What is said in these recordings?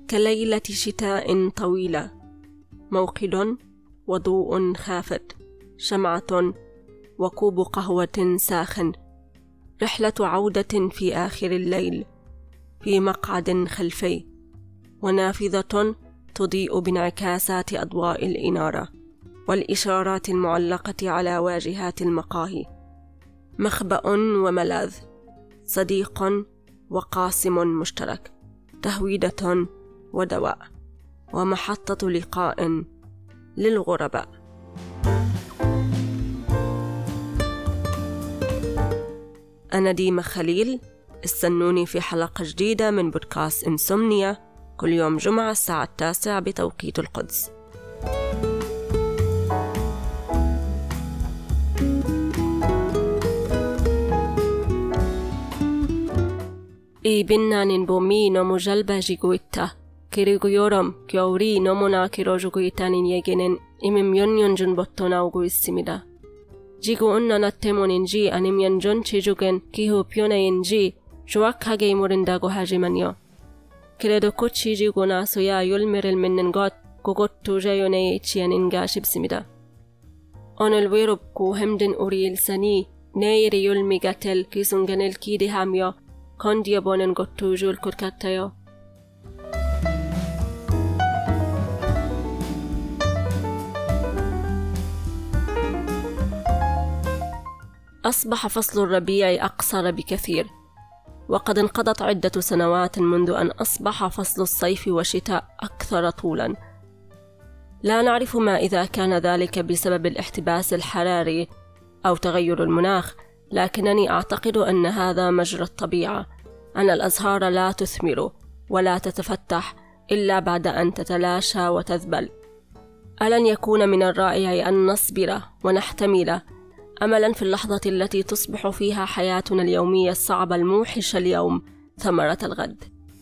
كليلة شتاء طويلة، موقد وضوء خافت، شمعة وكوب قهوة ساخن، رحلة عودة في آخر الليل، في مقعد خلفي، ونافذة تضيء بانعكاسات أضواء الإنارة والإشارات المعلقة على واجهات المقاهي، مخبأ وملاذ، صديق وقاسم مشترك، تهويدة ودواء، ومحطة لقاء للغرباء. أنا ديما خليل، استنوني في حلقة جديدة من بودكاست إنسومنيا كل يوم جمعة الساعة 9 بتوقيت القدس. إيبنا ننبومي نمو جلبة جيغويتا كيريغو يورم كيوري نمونا كيروجوغويتا نيجينن إمم يونيون جنبوتونا وغويسيميدا جيغو أننا نتمو ننجي أنم ينجون تشيجوغن كيهو بيونا ينجي جواك هاجي مورنداغو هاجي منيو كيريدو كوتشي جيغو ناسو يا يولميرل منن غوت كوغوت توجايو نيتشي ننغاشي بسيميدا أنل ويروب كو همدن أوريل ساني نيري يولمي غاتل كيسونغنل كيدي هاميو كونديا بونن غوتو جول كوتكاتايو. أصبح فصل الربيع أقصر بكثير، وقد انقضت عدة سنوات منذ أن أصبح فصل الصيف والشتاء أكثر طولا. لا نعرف ما إذا كان ذلك بسبب الاحتباس الحراري أو تغير المناخ، لكنني أعتقد أن هذا مجرى الطبيعة، أن الأزهار لا تثمر ولا تتفتح إلا بعد أن تتلاشى وتذبل. ألن يكون من الرائع أن نصبر ونحتمل أملا في اللحظة التي تصبح فيها حياتنا اليومية الصعبة الموحشة اليوم ثمرة الغد؟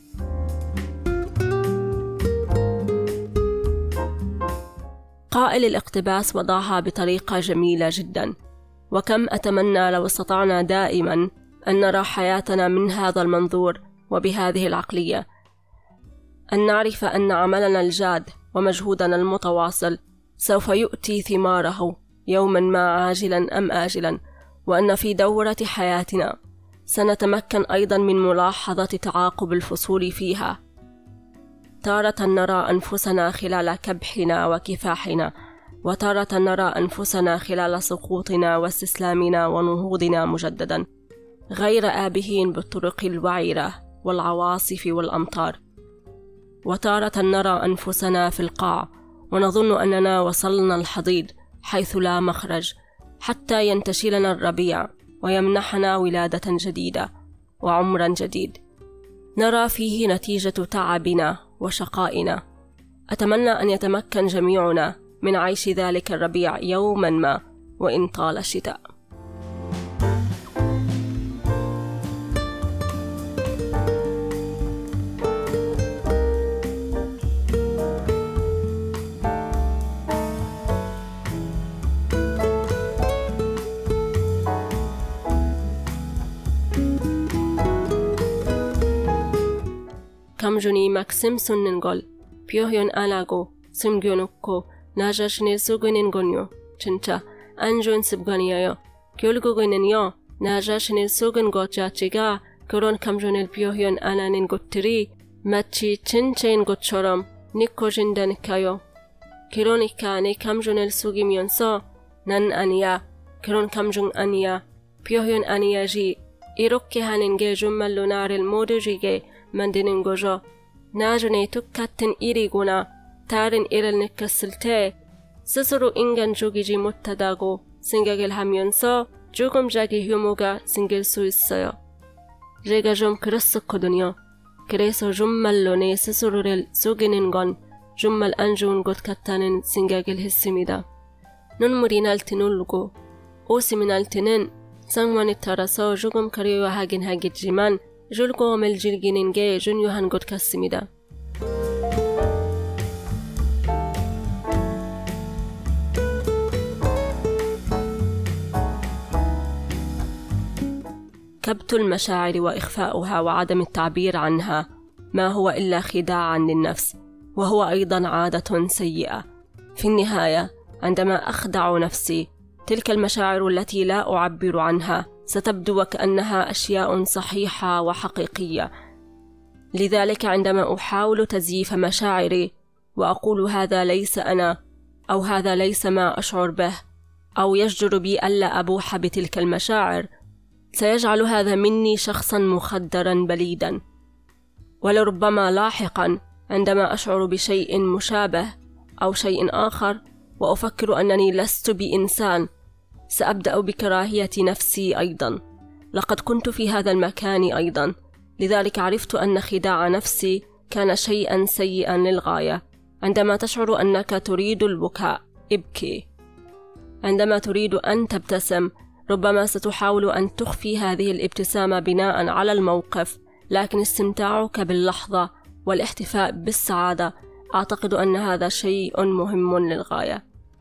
قائل الاقتباس وضعها بطريقة جميلة جدا، وكم أتمنى لو استطعنا دائما أن نرى حياتنا من هذا المنظور وبهذه العقلية، أن نعرف أن عملنا الجاد ومجهودنا المتواصل سوف يؤتي ثماره يوما ما عاجلا أم آجلا، وأن في دورة حياتنا سنتمكن أيضا من ملاحظة تعاقب الفصول فيها. تارة نرى أنفسنا خلال كبحنا وكفاحنا، وتارة نرى أنفسنا خلال سقوطنا واستسلامنا ونهوضنا مجددا، غير آبهين بالطرق الوعرة والعواصف والأمطار. وتارة نرى أنفسنا في القاع ونظن أننا وصلنا الحضيض حيث لا مخرج، حتى ينتشلنا الربيع ويمنحنا ولادة جديدة وعمرا جديد نرى فيه نتيجة تعبنا وشقائنا. أتمنى أن يتمكن جميعنا من عيش ذلك الربيع يوما ما وإن طال الشتاء. kamjuni maksim sunningol pyohyon alago simgyonukko najashne sugunin gonyo chincha anjon sibganiyo kyolgogoninyo najashne sugun gochachiga koron kamjonel pyohyon alanin gottiri machi chinchain gotchoram nikkojindan kayo kironika ne kamjonel sugimyonso nan aniya kiron kamjung aniya pyohyon aniya ji irokke hanenge jummallo narel modujige mandinin gojo najune tukkatin iri guna tarin iral nikkassilte sisuru ingan jugiji muttadago singagel hamyonso jugum jagi humuga singel suissayo rega jom krissukko dunyo kreso jummallo ne sisururel suginin gon jummal anjun gotkattanin singagel hissimida nun murinaltinulgo osiminaltinin sangwanittaraso jugum kariyo hagin hagidjiman julgo mel jilgininge junyohan godkassimida. كبت المشاعر وإخفاؤها وعدم التعبير عنها ما هو إلا خداعا للنفس، وهو أيضا عادة سيئة. في النهاية عندما أخدع نفسي، تلك المشاعر التي لا أعبر عنها ستبدو وكأنها أشياء صحيحة وحقيقية. لذلك عندما أحاول تزييف مشاعري وأقول هذا ليس أنا، أو هذا ليس ما أشعر به، أو يجدر بي ألا أبوح بتلك المشاعر، سيجعل هذا مني شخصا مخدرا بليدا. ولربما لاحقا عندما أشعر بشيء مشابه أو شيء آخر وأفكر أنني لست بإنسان، سأبدأ بكراهية نفسي أيضا. لقد كنت في هذا المكان أيضا، لذلك عرفت أن خداع نفسي كان شيئا سيئا للغاية. عندما تشعر أنك تريد البكاء، ابكي. عندما تريد أن تبتسم، ربما ستحاول أن تخفي هذه الابتسامة بناء على الموقف، لكن استمتاعك باللحظة والاحتفاء بالسعادة أعتقد أن هذا شيء مهم للغاية.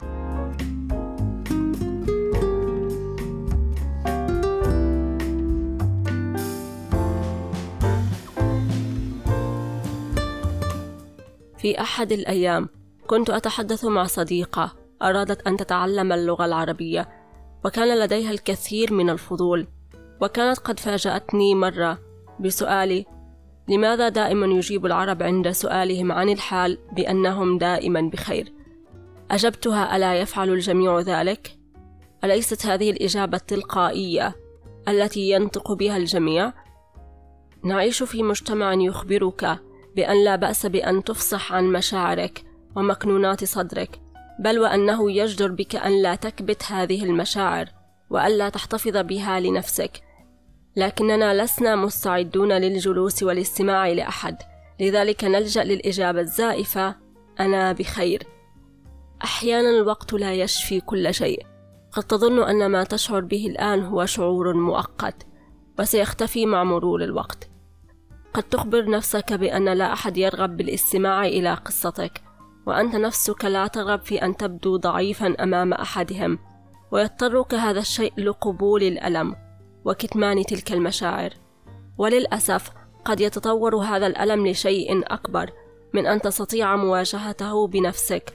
في أحد الأيام كنت أتحدث مع صديقة أرادت أن تتعلم اللغة العربية، وكان لديها الكثير من الفضول، وكانت قد فاجأتني مرة بسؤالي: لماذا دائما يجيب العرب عند سؤالهم عن الحال بأنهم دائما بخير؟ أجبتها: ألا يفعل الجميع ذلك؟ أليست هذه الإجابة التلقائية التي ينطق بها الجميع؟ نعيش في مجتمع يخبرك بأن لا بأس بأن تفصح عن مشاعرك ومكنونات صدرك، بل وأنه يجدر بك أن لا تكبت هذه المشاعر وألا تحتفظ بها لنفسك. لكننا لسنا مستعدون للجلوس والاستماع لأحد، لذلك نلجأ للإجابة الزائفة: أنا بخير. أحيانا الوقت لا يشفي كل شيء. قد تظن أن ما تشعر به الآن هو شعور مؤقت وسيختفي مع مرور الوقت. قد تخبر نفسك بأن لا أحد يرغب بالاستماع إلى قصتك، وأنت نفسك لا ترغب في أن تبدو ضعيفا أمام أحدهم، ويضطرك هذا الشيء لقبول الألم وكتمان تلك المشاعر. وللأسف قد يتطور هذا الألم لشيء أكبر من أن تستطيع مواجهته بنفسك،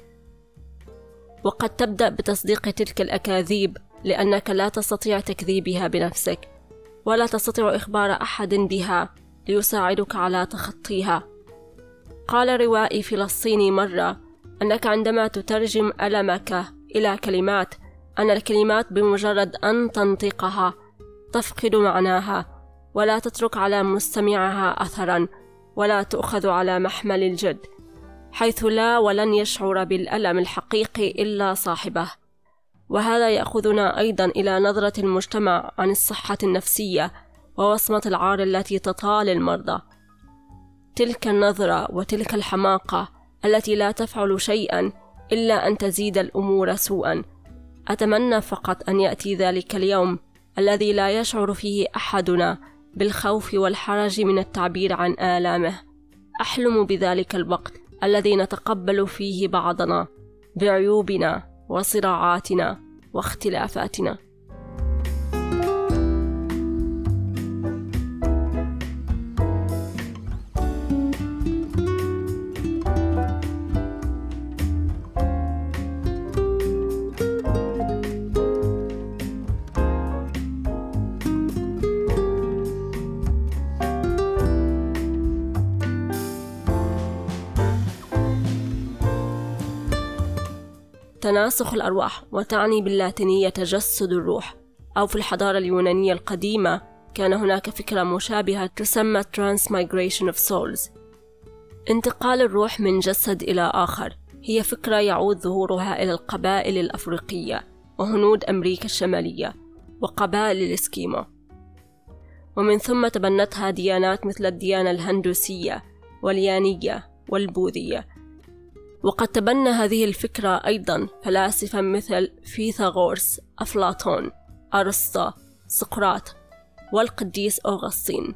وقد تبدأ بتصديق تلك الأكاذيب لأنك لا تستطيع تكذيبها بنفسك، ولا تستطيع إخبار أحد بها ليساعدك على تخطيها. قال روائي فلسطيني مرة أنك عندما تترجم ألمك إلى كلمات، أن الكلمات بمجرد أن تنطقها تفقد معناها، ولا تترك على مستمعها أثرا، ولا تؤخذ على محمل الجد، حيث لا ولن يشعر بالألم الحقيقي إلا صاحبه. وهذا يأخذنا أيضا إلى نظرة المجتمع عن الصحة النفسية ووصمة العار التي تطال المرضى. تلك النظرة وتلك الحماقة التي لا تفعل شيئا إلا أن تزيد الأمور سوءا. أتمنى فقط أن يأتي ذلك اليوم الذي لا يشعر فيه أحدنا بالخوف والحرج من التعبير عن آلامه. أحلم بذلك الوقت الذي نتقبل فيه بعضنا بعيوبنا وصراعاتنا واختلافاتنا. تناسخ الأرواح، وتعني باللاتينية تجسد الروح، أو في الحضارة اليونانية القديمة كان هناك فكرة مشابهة تسمى Transmigration of Souls. انتقال الروح من جسد إلى آخر هي فكرة يعود ظهورها إلى القبائل الأفريقية وهنود أمريكا الشمالية وقبائل الإسكيمو، ومن ثم تبنتها ديانات مثل الديانة الهندوسية واليانية والبوذية. وقد تبنى هذه الفكرة أيضا فلاسفة مثل فيثاغورس، أفلاطون، أرسطو، سقراط والقديس أوغسطين.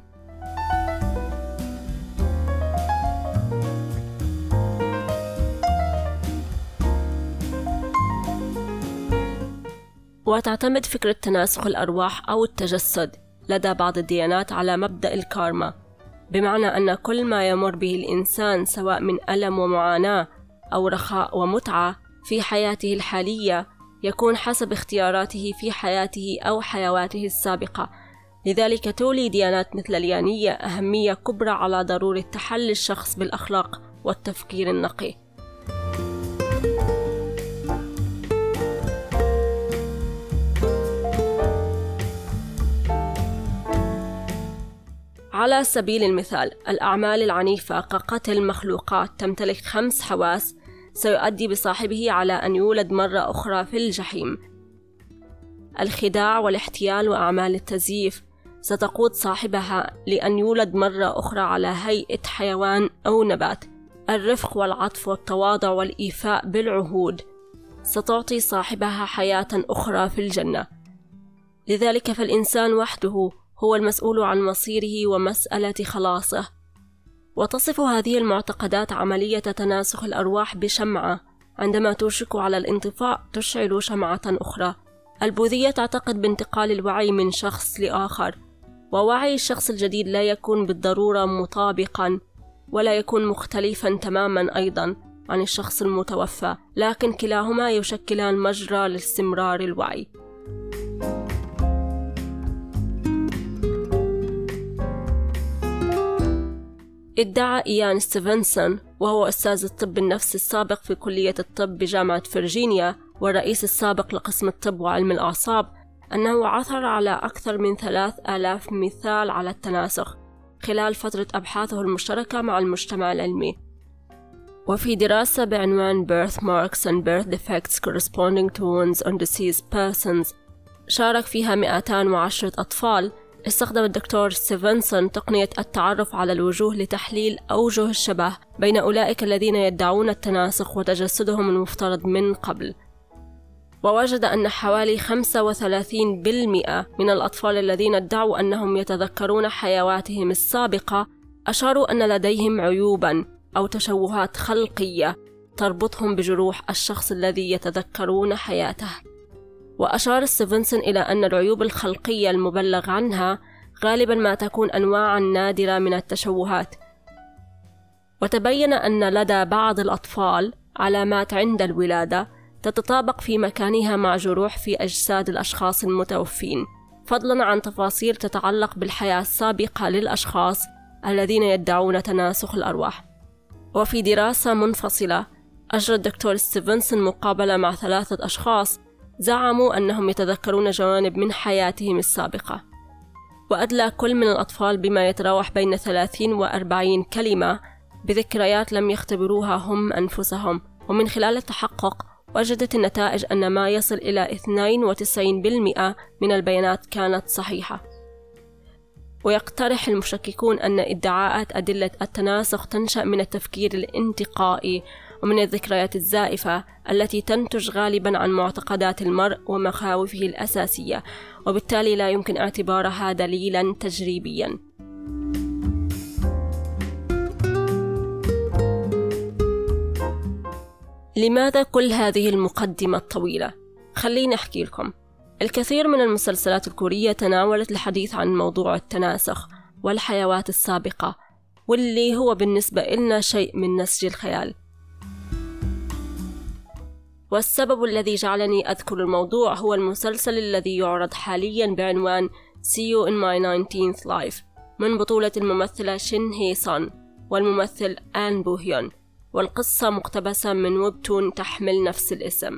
وتعتمد فكرة تناسخ الأرواح أو التجسد لدى بعض الديانات على مبدأ الكارما، بمعنى أن كل ما يمر به الإنسان سواء من ألم ومعاناة أو رخاء ومتعة في حياته الحالية يكون حسب اختياراته في حياته أو حيواته السابقة. لذلك تولي ديانات مثل اليانية أهمية كبرى على ضرورة تحلي الشخص بالأخلاق والتفكير النقي. على سبيل المثال، الأعمال العنيفة كقتل مخلوقات تمتلك 5 حواس سيؤدي بصاحبه على أن يولد مرة أخرى في الجحيم. الخداع والاحتيال وأعمال التزييف ستقود صاحبها لأن يولد مرة أخرى على هيئة حيوان أو نبات. الرفق والعطف والتواضع والإيفاء بالعهود ستعطي صاحبها حياة أخرى في الجنة. لذلك فالإنسان وحده هو المسؤول عن مصيره ومسألة خلاصه. وتصف هذه المعتقدات عملية تناسخ الأرواح بشمعة، عندما توشك على الانطفاء تشعل شمعة أخرى. البوذية تعتقد بانتقال الوعي من شخص لآخر، ووعي الشخص الجديد لا يكون بالضرورة مطابقا ولا يكون مختلفا تماما أيضا عن الشخص المتوفى، لكن كلاهما يشكلان مجرى لاستمرار الوعي. ادعى إيان ستيفنسون، وهو أستاذ الطب النفسي السابق في كلية الطب بجامعة فرجينيا والرئيس السابق لقسم الطب وعلم الأعصاب، أنه عثر على أكثر من 3000 مثال على التناسخ خلال فترة أبحاثه المشتركة مع المجتمع العلمي. وفي دراسة بعنوان Birthmarks and Birth Defects Corresponding to Wounds on Deceased Persons شارك فيها 210 أطفال، استخدم الدكتور ستيفنسون تقنية التعرف على الوجوه لتحليل أوجه الشبه بين أولئك الذين يدعون التناسخ وتجسدهم المفترض من قبل. ووجد أن حوالي 35% من الأطفال الذين ادعوا أنهم يتذكرون حيواتهم السابقة أشاروا أن لديهم عيوباً أو تشوهات خلقية تربطهم بجروح الشخص الذي يتذكرون حياته. وأشار ستيفنسون إلى أن العيوب الخلقية المبلغ عنها غالباً ما تكون أنواعاً نادرة من التشوهات. وتبين أن لدى بعض الأطفال علامات عند الولادة تتطابق في مكانها مع جروح في أجساد الأشخاص المتوفين، فضلاً عن تفاصيل تتعلق بالحياة السابقة للأشخاص الذين يدعون تناسخ الأرواح. وفي دراسة منفصلة أجرى الدكتور ستيفنسون مقابلة مع 3 أشخاص زعموا أنهم يتذكرون جوانب من حياتهم السابقة، وأدلى كل من الأطفال بما يتراوح بين 30 و40 كلمة بذكريات لم يختبروها هم أنفسهم. ومن خلال التحقق وجدت النتائج أن ما يصل إلى 92% من البيانات كانت صحيحة. ويقترح المشككون أن ادعاءات أدلة التناسخ تنشأ من التفكير الانتقائي ومن الذكريات الزائفة التي تنتج غالباً عن معتقدات المرء ومخاوفه الأساسية، وبالتالي لا يمكن اعتبارها دليلاً تجريبياً. لماذا كل هذه المقدمة الطويلة؟ خليني أحكي لكم. الكثير من المسلسلات الكورية تناولت الحديث عن موضوع التناسخ والحيوات السابقة، واللي هو بالنسبة لنا شيء من نسج الخيال. والسبب الذي جعلني أذكر الموضوع هو المسلسل الذي يعرض حالياً بعنوان See You in My 19th Life من بطولة الممثلة شين هي سون والممثل آن بو هيون، والقصة مقتبسة من ويبتون تحمل نفس الاسم.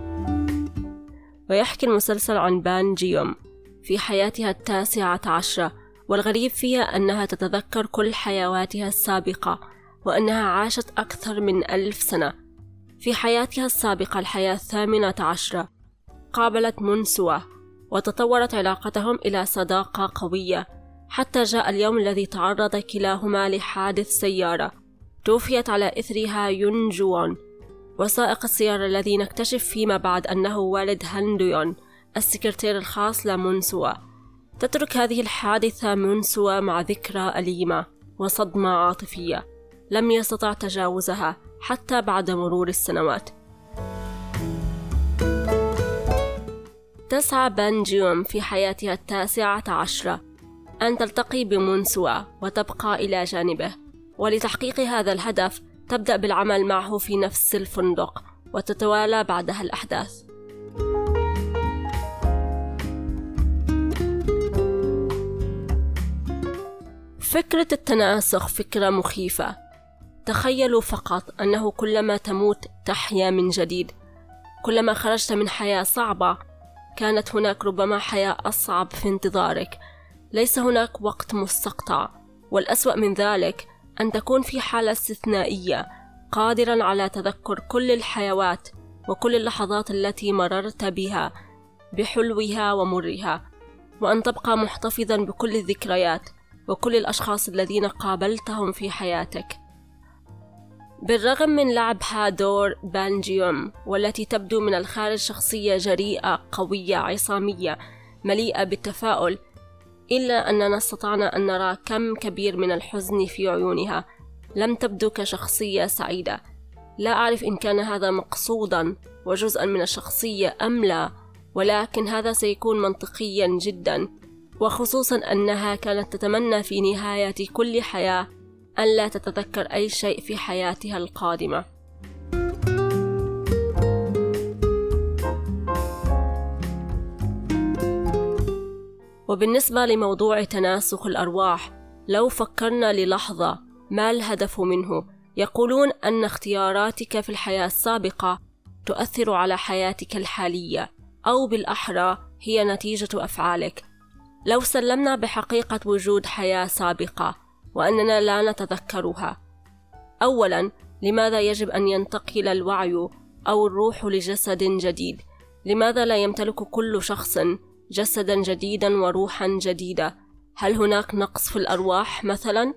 ويحكي المسلسل عن بان جيوم في حياتها 19، والغريب فيها أنها تتذكر كل حيواتها السابقة وأنها عاشت أكثر من 1000 سنة. في حياتها السابقة الحياة 18 قابلت منسوة وتطورت علاقتهم إلى صداقة قوية، حتى جاء اليوم الذي تعرض كلاهما لحادث سيارة توفيت على إثرها يون جوون وسائق السيارة الذي نكتشف فيما بعد أنه والد هان دويون السكرتير الخاص لمنسوة. تترك هذه الحادثة منسوة مع ذكرى أليمة وصدمة عاطفية لم يستطع تجاوزها حتى بعد مرور السنوات. تسعى بان جيوم في حياتها 19 أن تلتقي بمونسوا وتبقى إلى جانبه، ولتحقيق هذا الهدف تبدأ بالعمل معه في نفس الفندق، وتتوالى بعدها الأحداث. فكرة التناسخ فكرة مخيفة. تخيلوا فقط أنه كلما تموت تحيا من جديد. كلما خرجت من حياة صعبة كانت هناك ربما حياة أصعب في انتظارك. ليس هناك وقت مستقطع، والأسوأ من ذلك أن تكون في حالة استثنائية قادرا على تذكر كل الحيوات وكل اللحظات التي مررت بها بحلوها ومرها، وأن تبقى محتفظا بكل الذكريات وكل الأشخاص الذين قابلتهم في حياتك. بالرغم من لعبها دور بانجيوم، والتي تبدو من الخارج شخصية جريئة قوية عصامية مليئة بالتفاؤل، إلا أننا استطعنا أن نرى كم كبير من الحزن في عيونها. لم تبدو كشخصية سعيدة. لا أعرف إن كان هذا مقصودا وجزءا من الشخصية أم لا، ولكن هذا سيكون منطقيا جدا، وخصوصا أنها كانت تتمنى في نهاية كل حياة أن لا تتذكر أي شيء في حياتها القادمة. وبالنسبة لموضوع تناسخ الأرواح، لو فكرنا للحظة ما الهدف منه؟ يقولون أن اختياراتك في الحياة السابقة تؤثر على حياتك الحالية، أو بالأحرى هي نتيجة أفعالك. لو سلمنا بحقيقة وجود حياة سابقة وأننا لا نتذكرها، أولاً لماذا يجب أن ينتقل الوعي أو الروح لجسد جديد؟ لماذا لا يمتلك كل شخص جسداً جديداً وروحاً جديدة؟ هل هناك نقص في الأرواح مثلاً؟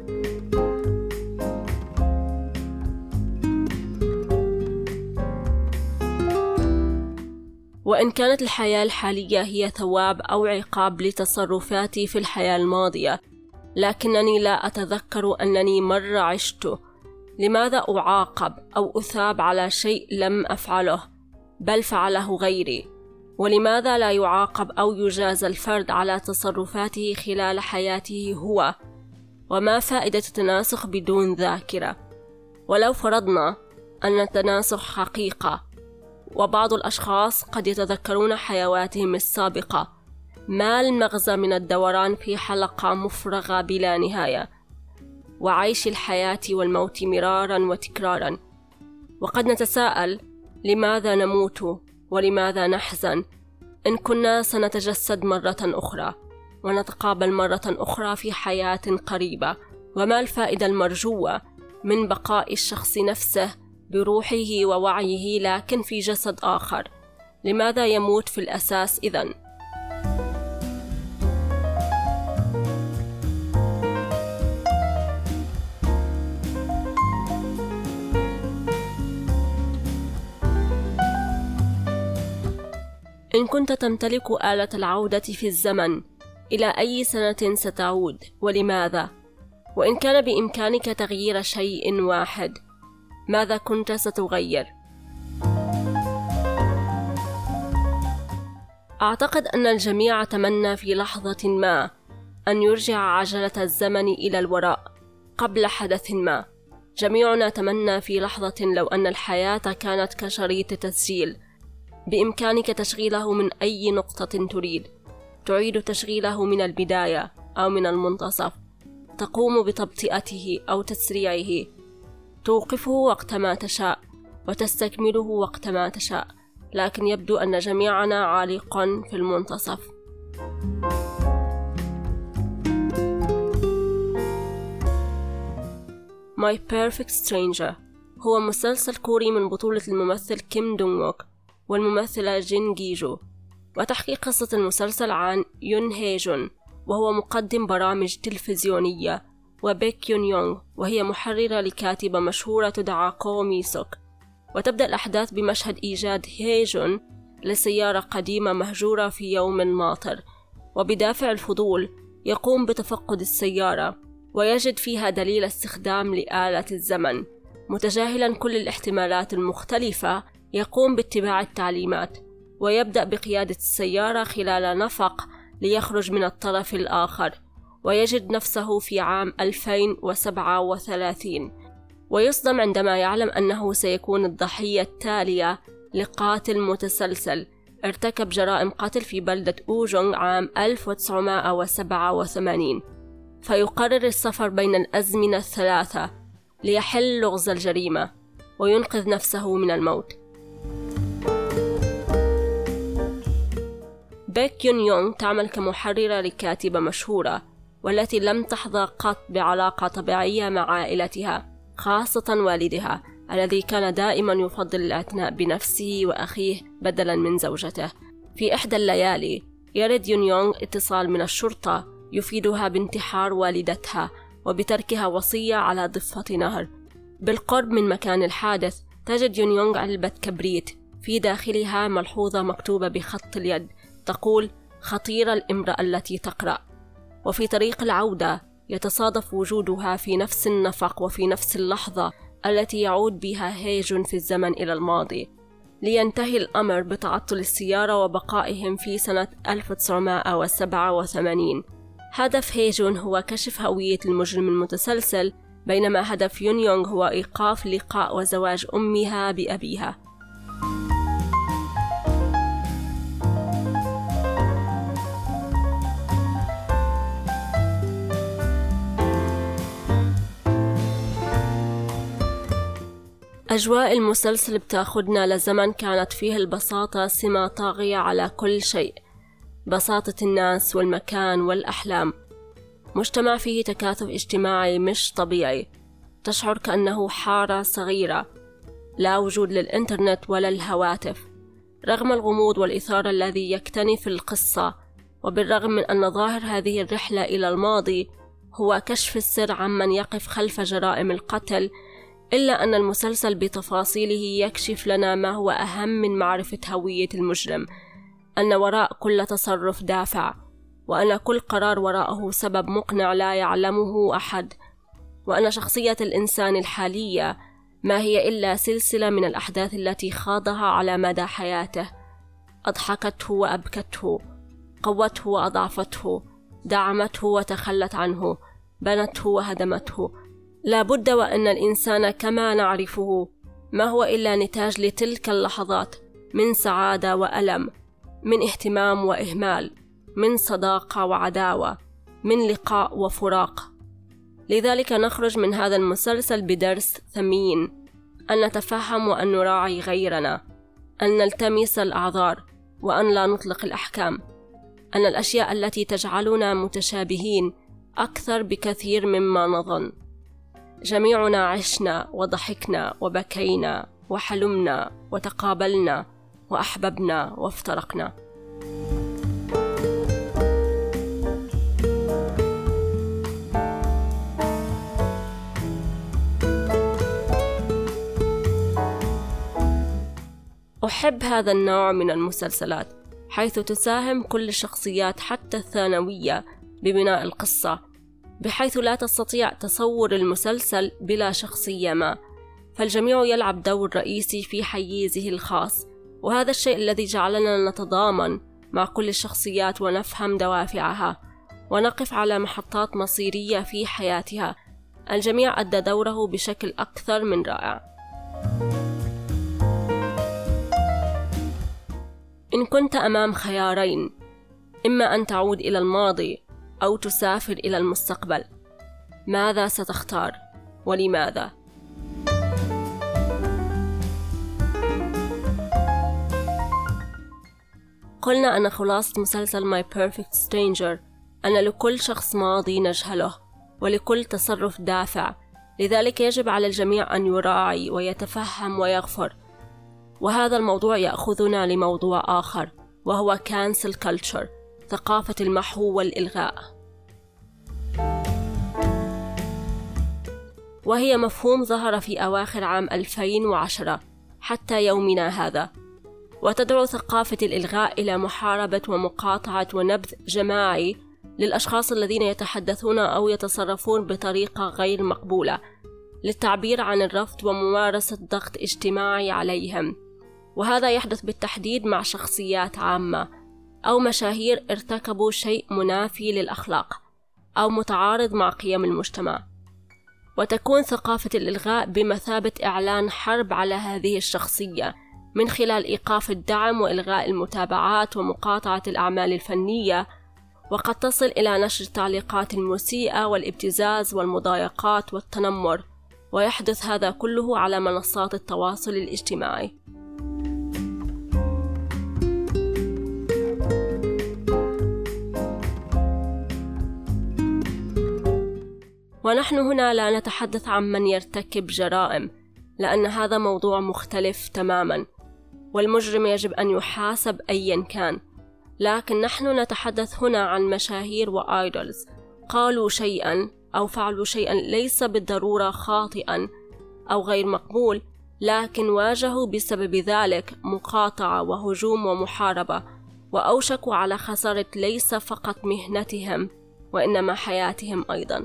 وإن كانت الحياة الحالية هي ثواب أو عقاب لتصرفاتي في الحياة الماضية، لكنني لا أتذكر أنني مرة عشته، لماذا أعاقب أو أثاب على شيء لم أفعله بل فعله غيري؟ ولماذا لا يعاقب أو يجازى الفرد على تصرفاته خلال حياته هو؟ وما فائدة التناسخ بدون ذاكرة؟ ولو فرضنا أن التناسخ حقيقة وبعض الأشخاص قد يتذكرون حيواتهم السابقة، ما المغزى من الدوران في حلقة مفرغة بلا نهاية وعيش الحياة والموت مرارا وتكرارا؟ وقد نتساءل لماذا نموت ولماذا نحزن إن كنا سنتجسد مرة أخرى ونتقابل مرة أخرى في حياة قريبة؟ وما الفائدة المرجوة من بقاء الشخص نفسه بروحه ووعيه لكن في جسد آخر؟ لماذا يموت في الأساس إذن؟ إن كنت تمتلك آلة العودة في الزمن، إلى أي سنة ستعود ولماذا؟ وإن كان بإمكانك تغيير شيء واحد، ماذا كنت ستغير؟ أعتقد أن الجميع تمنى في لحظة ما أن يرجع عجلة الزمن إلى الوراء قبل حدث ما. جميعنا تمنى في لحظة لو أن الحياة كانت كشريط تسجيل، بإمكانك تشغيله من أي نقطة تريد، تعيد تشغيله من البداية أو من المنتصف، تقوم بتبطئته أو تسريعه، توقفه وقت ما تشاء وتستكمله وقت ما تشاء، لكن يبدو أن جميعنا عالق في المنتصف. My Perfect Stranger هو مسلسل كوري من بطولة الممثل كيم دونغ ووك والممثلة جين جيجو، وتحكي قصة المسلسل عن يون هي جون، وهو مقدم برامج تلفزيونية، وبيك يون يونغ وهي محررة لكاتبة مشهورة تدعى كو مي سوك. وتبدأ الأحداث بمشهد إيجاد هي جون لسيارة قديمة مهجورة في يوم ماطر، وبدافع الفضول يقوم بتفقد السيارة ويجد فيها دليل استخدام لآلة الزمن. متجاهلا كل الاحتمالات المختلفة، يقوم باتباع التعليمات ويبدأ بقيادة السيارة خلال نفق ليخرج من الطرف الآخر، ويجد نفسه في عام 2037 ويصدم عندما يعلم أنه سيكون الضحية التالية لقاتل متسلسل ارتكب جرائم قتل في بلدة أوجونغ عام 1987. فيقرر السفر بين الأزمنة الثلاثة ليحل لغز الجريمة وينقذ نفسه من الموت. بيك يون يونغ تعمل كمحررة لكاتبة مشهورة والتي لم تحظى قط بعلاقة طبيعية مع عائلتها، خاصة والدها الذي كان دائما يفضل الاعتناء بنفسه وأخيه بدلا من زوجته. في إحدى الليالي يرد يون يونغ اتصال من الشرطة يفيدها بانتحار والدتها وبتركها وصية على ضفة نهر. بالقرب من مكان الحادث تجد يون يونغ علبة كبريت في داخلها ملحوظة مكتوبة بخط اليد تقول: خطيرة الامرأة التي تقرأ. وفي طريق العودة يتصادف وجودها في نفس النفق وفي نفس اللحظة التي يعود بها هيجون في الزمن إلى الماضي، لينتهي الأمر بتعطل السيارة وبقائهم في سنة 1987. هدف هيجون هو كشف هوية المجرم المتسلسل، بينما هدف يون يونغ هو إيقاف لقاء وزواج أمها بأبيها. أجواء المسلسل بتاخدنا لزمن كانت فيه البساطة سمة طاغية على كل شيء، بساطة الناس والمكان والأحلام، مجتمع فيه تكاثف اجتماعي مش طبيعي، تشعر كأنه حارة صغيرة، لا وجود للإنترنت ولا الهواتف، رغم الغموض والإثارة الذي يكتنف القصة. وبالرغم من أن ظاهر هذه الرحلة إلى الماضي هو كشف السر عمن يقف خلف جرائم القتل، إلا أن المسلسل بتفاصيله يكشف لنا ما هو أهم من معرفة هوية المجرم، أن وراء كل تصرف دافع، وأن كل قرار وراءه سبب مقنع لا يعلمه أحد، وأن شخصية الإنسان الحالية ما هي إلا سلسلة من الأحداث التي خاضها على مدى حياته، أضحكته وأبكته، قوته وأضعفته، دعمته وتخلت عنه، بنته وهدمته. لا بد وأن الإنسان كما نعرفه ما هو إلا نتاج لتلك اللحظات من سعادة وألم، من اهتمام وإهمال، من صداقة وعداوة، من لقاء وفراق. لذلك نخرج من هذا المسلسل بدرس ثمين: أن نتفهم وأن نراعي غيرنا، أن نلتمس الأعذار وأن لا نطلق الأحكام، أن الأشياء التي تجعلنا متشابهين أكثر بكثير مما نظن. جميعنا عشنا وضحكنا وبكينا وحلمنا وتقابلنا وأحببنا وافترقنا. أحب هذا النوع من المسلسلات حيث تساهم كل الشخصيات حتى الثانوية ببناء القصة، بحيث لا تستطيع تصور المسلسل بلا شخصية ما، فالجميع يلعب دور رئيسي في حيزه الخاص، وهذا الشيء الذي جعلنا نتضامن مع كل الشخصيات ونفهم دوافعها ونقف على محطات مصيرية في حياتها. الجميع أدى دوره بشكل أكثر من رائع. إن كنت أمام خيارين، إما أن تعود إلى الماضي أو تسافر إلى المستقبل، ماذا ستختار ولماذا؟ قلنا أن خلاصة مسلسل My Perfect Stranger أن لكل شخص ماضي نجهله ولكل تصرف دافع، لذلك يجب على الجميع أن يراعي ويتفهم ويغفر. وهذا الموضوع يأخذنا لموضوع آخر، وهو Cancel Culture، ثقافة المحو والإلغاء، وهي مفهوم ظهر في أواخر عام 2010 حتى يومنا هذا، وتدعو ثقافة الإلغاء إلى محاربة ومقاطعة ونبذ جماعي للأشخاص الذين يتحدثون أو يتصرفون بطريقة غير مقبولة، للتعبير عن الرفض وممارسة ضغط اجتماعي عليهم. وهذا يحدث بالتحديد مع شخصيات عامة أو مشاهير ارتكبوا شيء منافي للأخلاق أو متعارض مع قيم المجتمع، وتكون ثقافة الإلغاء بمثابة إعلان حرب على هذه الشخصية من خلال إيقاف الدعم وإلغاء المتابعات ومقاطعة الأعمال الفنية، وقد تصل إلى نشر التعليقات المسيئة والابتزاز والمضايقات والتنمر، ويحدث هذا كله على منصات التواصل الاجتماعي. ونحن هنا لا نتحدث عن من يرتكب جرائم، لأن هذا موضوع مختلف تماما، والمجرم يجب أن يحاسب أيا كان، لكن نحن نتحدث هنا عن مشاهير وآيدولز قالوا شيئا أو فعلوا شيئا ليس بالضرورة خاطئا أو غير مقبول، لكن واجهوا بسبب ذلك مقاطعة وهجوم ومحاربة، وأوشكوا على خسارة ليس فقط مهنتهم وإنما حياتهم أيضا.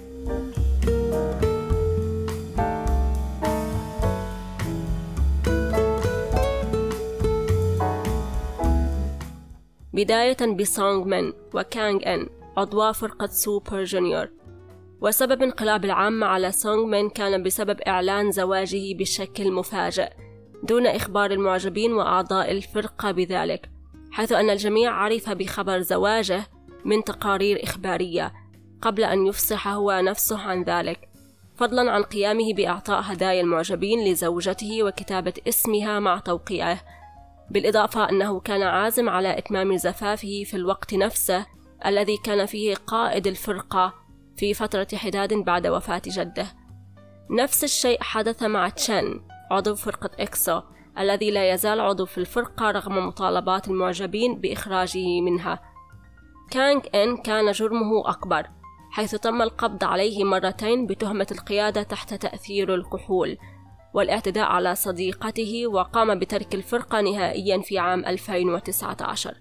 بداية بسونغ من وكانغ إن عضوا فرقة سوبر جونيور. وسبب انقلاب العامة على سونغ من كان بسبب إعلان زواجه بشكل مفاجئ دون إخبار المعجبين وأعضاء الفرقة بذلك، حيث أن الجميع عرف بخبر زواجه من تقارير إخبارية قبل أن يفصح هو نفسه عن ذلك، فضلا عن قيامه بإعطاء هدايا المعجبين لزوجته وكتابة اسمها مع توقيعه، بالإضافة أنه كان عازم على إتمام زفافه في الوقت نفسه الذي كان فيه قائد الفرقة في فترة حداد بعد وفاة جده. نفس الشيء حدث مع تشين عضو فرقة إكسو الذي لا يزال عضو في الفرقة رغم مطالبات المعجبين بإخراجه منها. كانغ إن كان جرمه أكبر، حيث تم القبض عليه مرتين بتهمة القيادة تحت تأثير الكحول والاعتداء على صديقته، وقام بترك الفرقة نهائيا في عام 2019.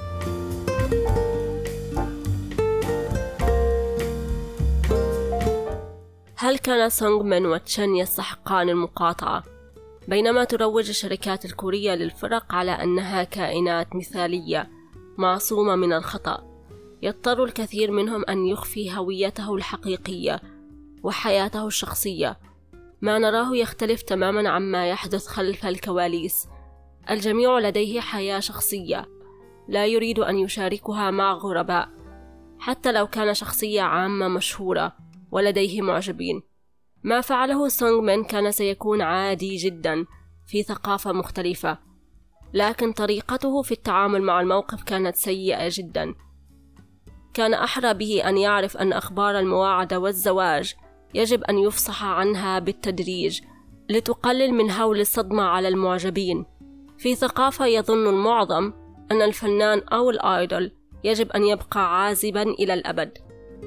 هل كان سونغ من وتشين يستحقان المقاطعة؟ بينما تروج الشركات الكورية للفرق على أنها كائنات مثالية معصومة من الخطأ، يضطر الكثير منهم أن يخفي هويته الحقيقية وحياته الشخصية. ما نراه يختلف تماما عما يحدث خلف الكواليس. الجميع لديه حياة شخصية لا يريد أن يشاركها مع غرباء، حتى لو كان شخصية عامة مشهورة ولديه معجبين. ما فعله سونغ من كان سيكون عادي جدا في ثقافة مختلفة، لكن طريقته في التعامل مع الموقف كانت سيئة جدا. كان أحرى به أن يعرف أن أخبار المواعدة والزواج يجب أن يفصح عنها بالتدريج لتقلل من هول الصدمة على المعجبين. في ثقافة يظن المعظم أن الفنان أو الآيدول يجب أن يبقى عازبا إلى الأبد.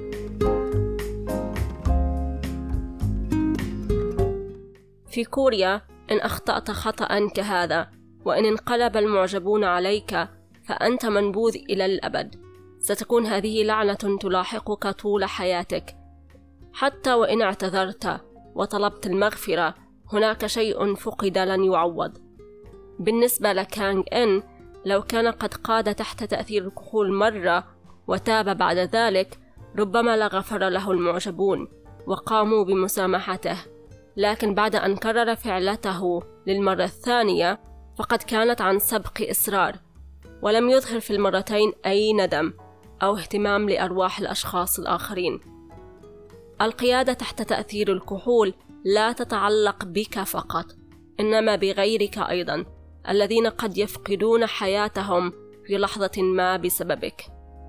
في كوريا إن أخطأت خطأ كهذا وإن انقلب المعجبون عليك فأنت منبوذ إلى الأبد، ستكون هذه لعنة تلاحقك طول حياتك. حتى وإن اعتذرت وطلبت المغفرة هناك شيء فقد لن يعوض. بالنسبة لكانغ إن، لو كان قد قاد تحت تأثير الكحول مرة وتاب بعد ذلك ربما لغفر له المعجبون وقاموا بمسامحته، لكن بعد أن كرر فعلته للمرة الثانية فقد كانت عن سبق إصرار، ولم يظهر في المرتين أي ندم أو اهتمام لأرواح الأشخاص الآخرين. القيادة تحت تأثير الكحول لا تتعلق بك فقط، إنما بغيرك أيضا، الذين قد يفقدون حياتهم في لحظة ما بسببك.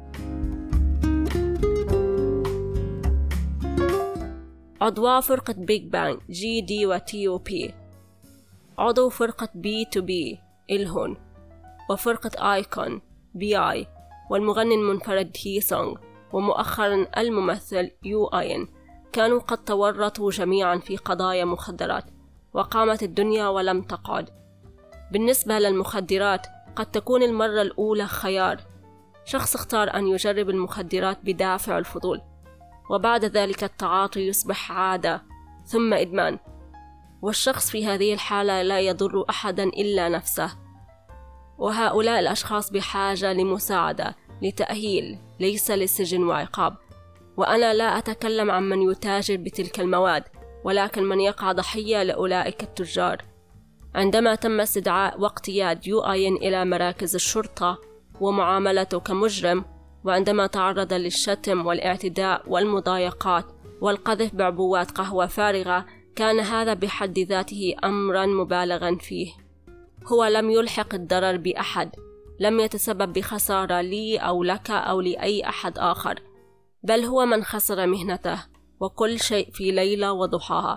عضوا فرقة بيج بانج GD و TOP، عضو فرقة B2B إلهون، وفرقة آيكون BI، والمغني المنفرد هي سونغ، ومؤخرا الممثل يو آين، كانوا قد تورطوا جميعا في قضايا مخدرات، وقامت الدنيا ولم تقعد. بالنسبة للمخدرات قد تكون المرة الأولى خيار، شخص اختار أن يجرب المخدرات بدافع الفضول، وبعد ذلك التعاطي يصبح عادة ثم إدمان، والشخص في هذه الحالة لا يضر أحدا إلا نفسه. وهؤلاء الأشخاص بحاجة لمساعدة، لتأهيل، ليس لسجن وعقاب. وأنا لا أتكلم عن من يتاجر بتلك المواد، ولكن من يقع ضحية لأولئك التجار. عندما تم استدعاء واقتياد يوآين إلى مراكز الشرطة ومعاملته كمجرم، وعندما تعرض للشتم والاعتداء والمضايقات والقذف بعبوات قهوة فارغة، كان هذا بحد ذاته أمرا مبالغا فيه. هو لم يلحق الضرر بأحد، لم يتسبب بخسارة لي أو لك أو لأي أحد آخر، بل هو من خسر مهنته وكل شيء في ليلة وضحاها.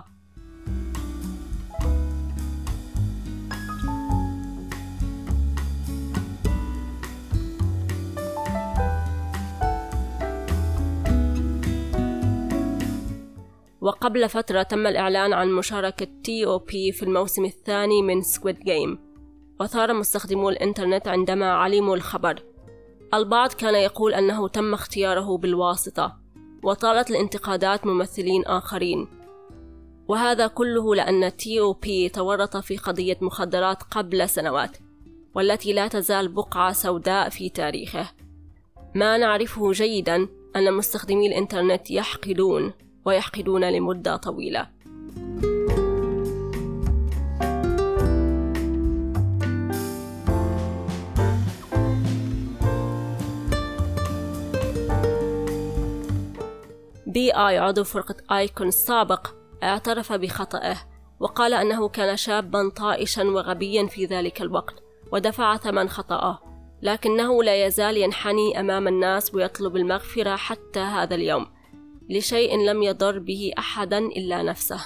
وقبل فترة تم الإعلان عن مشاركة TOP في الموسم الثاني من سكويد جيم، وثار مستخدمو الإنترنت عندما علموا الخبر. البعض كان يقول أنه تم اختياره بالواسطة، وطالت الانتقادات ممثلين آخرين، وهذا كله لأن TOP تورط في قضية مخدرات قبل سنوات، والتي لا تزال بقعة سوداء في تاريخه. ما نعرفه جيدا أن مستخدمي الإنترنت يحقدون لمدة طويلة. BI عضو فرقة آيكون السابق اعترف بخطئه، وقال أنه كان شابا طائشا وغبيا في ذلك الوقت ودفع ثمن خطأه، لكنه لا يزال ينحني أمام الناس ويطلب المغفرة حتى هذا اليوم لشيء لم يضر به أحدا إلا نفسه.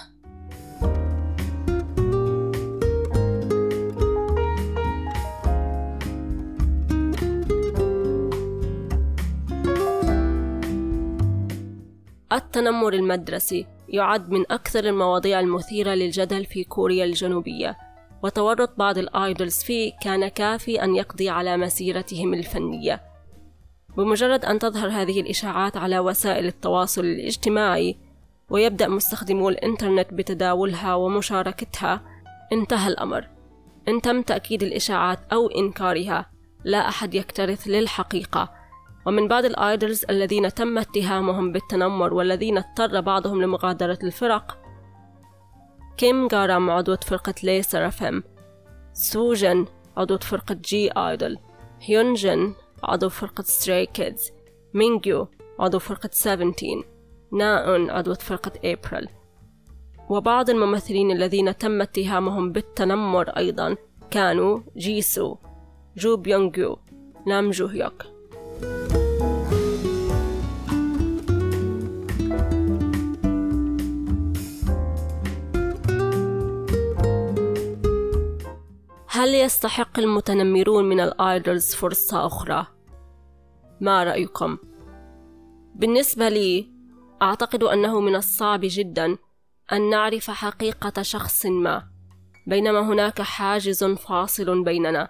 التنمر المدرسي يعد من أكثر المواضيع المثيرة للجدل في كوريا الجنوبية، وتورط بعض الآيدولز فيه كان كافي أن يقضي على مسيرتهم الفنية. بمجرد أن تظهر هذه الإشاعات على وسائل التواصل الاجتماعي ويبدأ مستخدمو الإنترنت بتداولها ومشاركتها، انتهى الأمر. إن تم تأكيد الإشاعات أو إنكارها، لا أحد يكترث للحقيقة. ومن بعض الآيدولز الذين تم اتهامهم بالتنمر والذين اضطر بعضهم لمغادرة الفرق: كيم غارام عضوة فرقة لي سرافيم، سوجن عضوة فرقة جي آيدول، هيونجن عضو فرقة ستراي كيدز، مينجيو عضو فرقة 17، ناون عضو فرقة أبريل. وبعض الممثلين الذين تم اتهامهم بالتنمر أيضا كانوا جيسو، جو بيونغيو، نام جو هيوك. هل يستحق المتنمرون من الآيدولز فرصة أخرى؟ ما رأيكم؟ بالنسبة لي، أعتقد أنه من الصعب جدا أن نعرف حقيقة شخص ما، بينما هناك حاجز فاصل بيننا.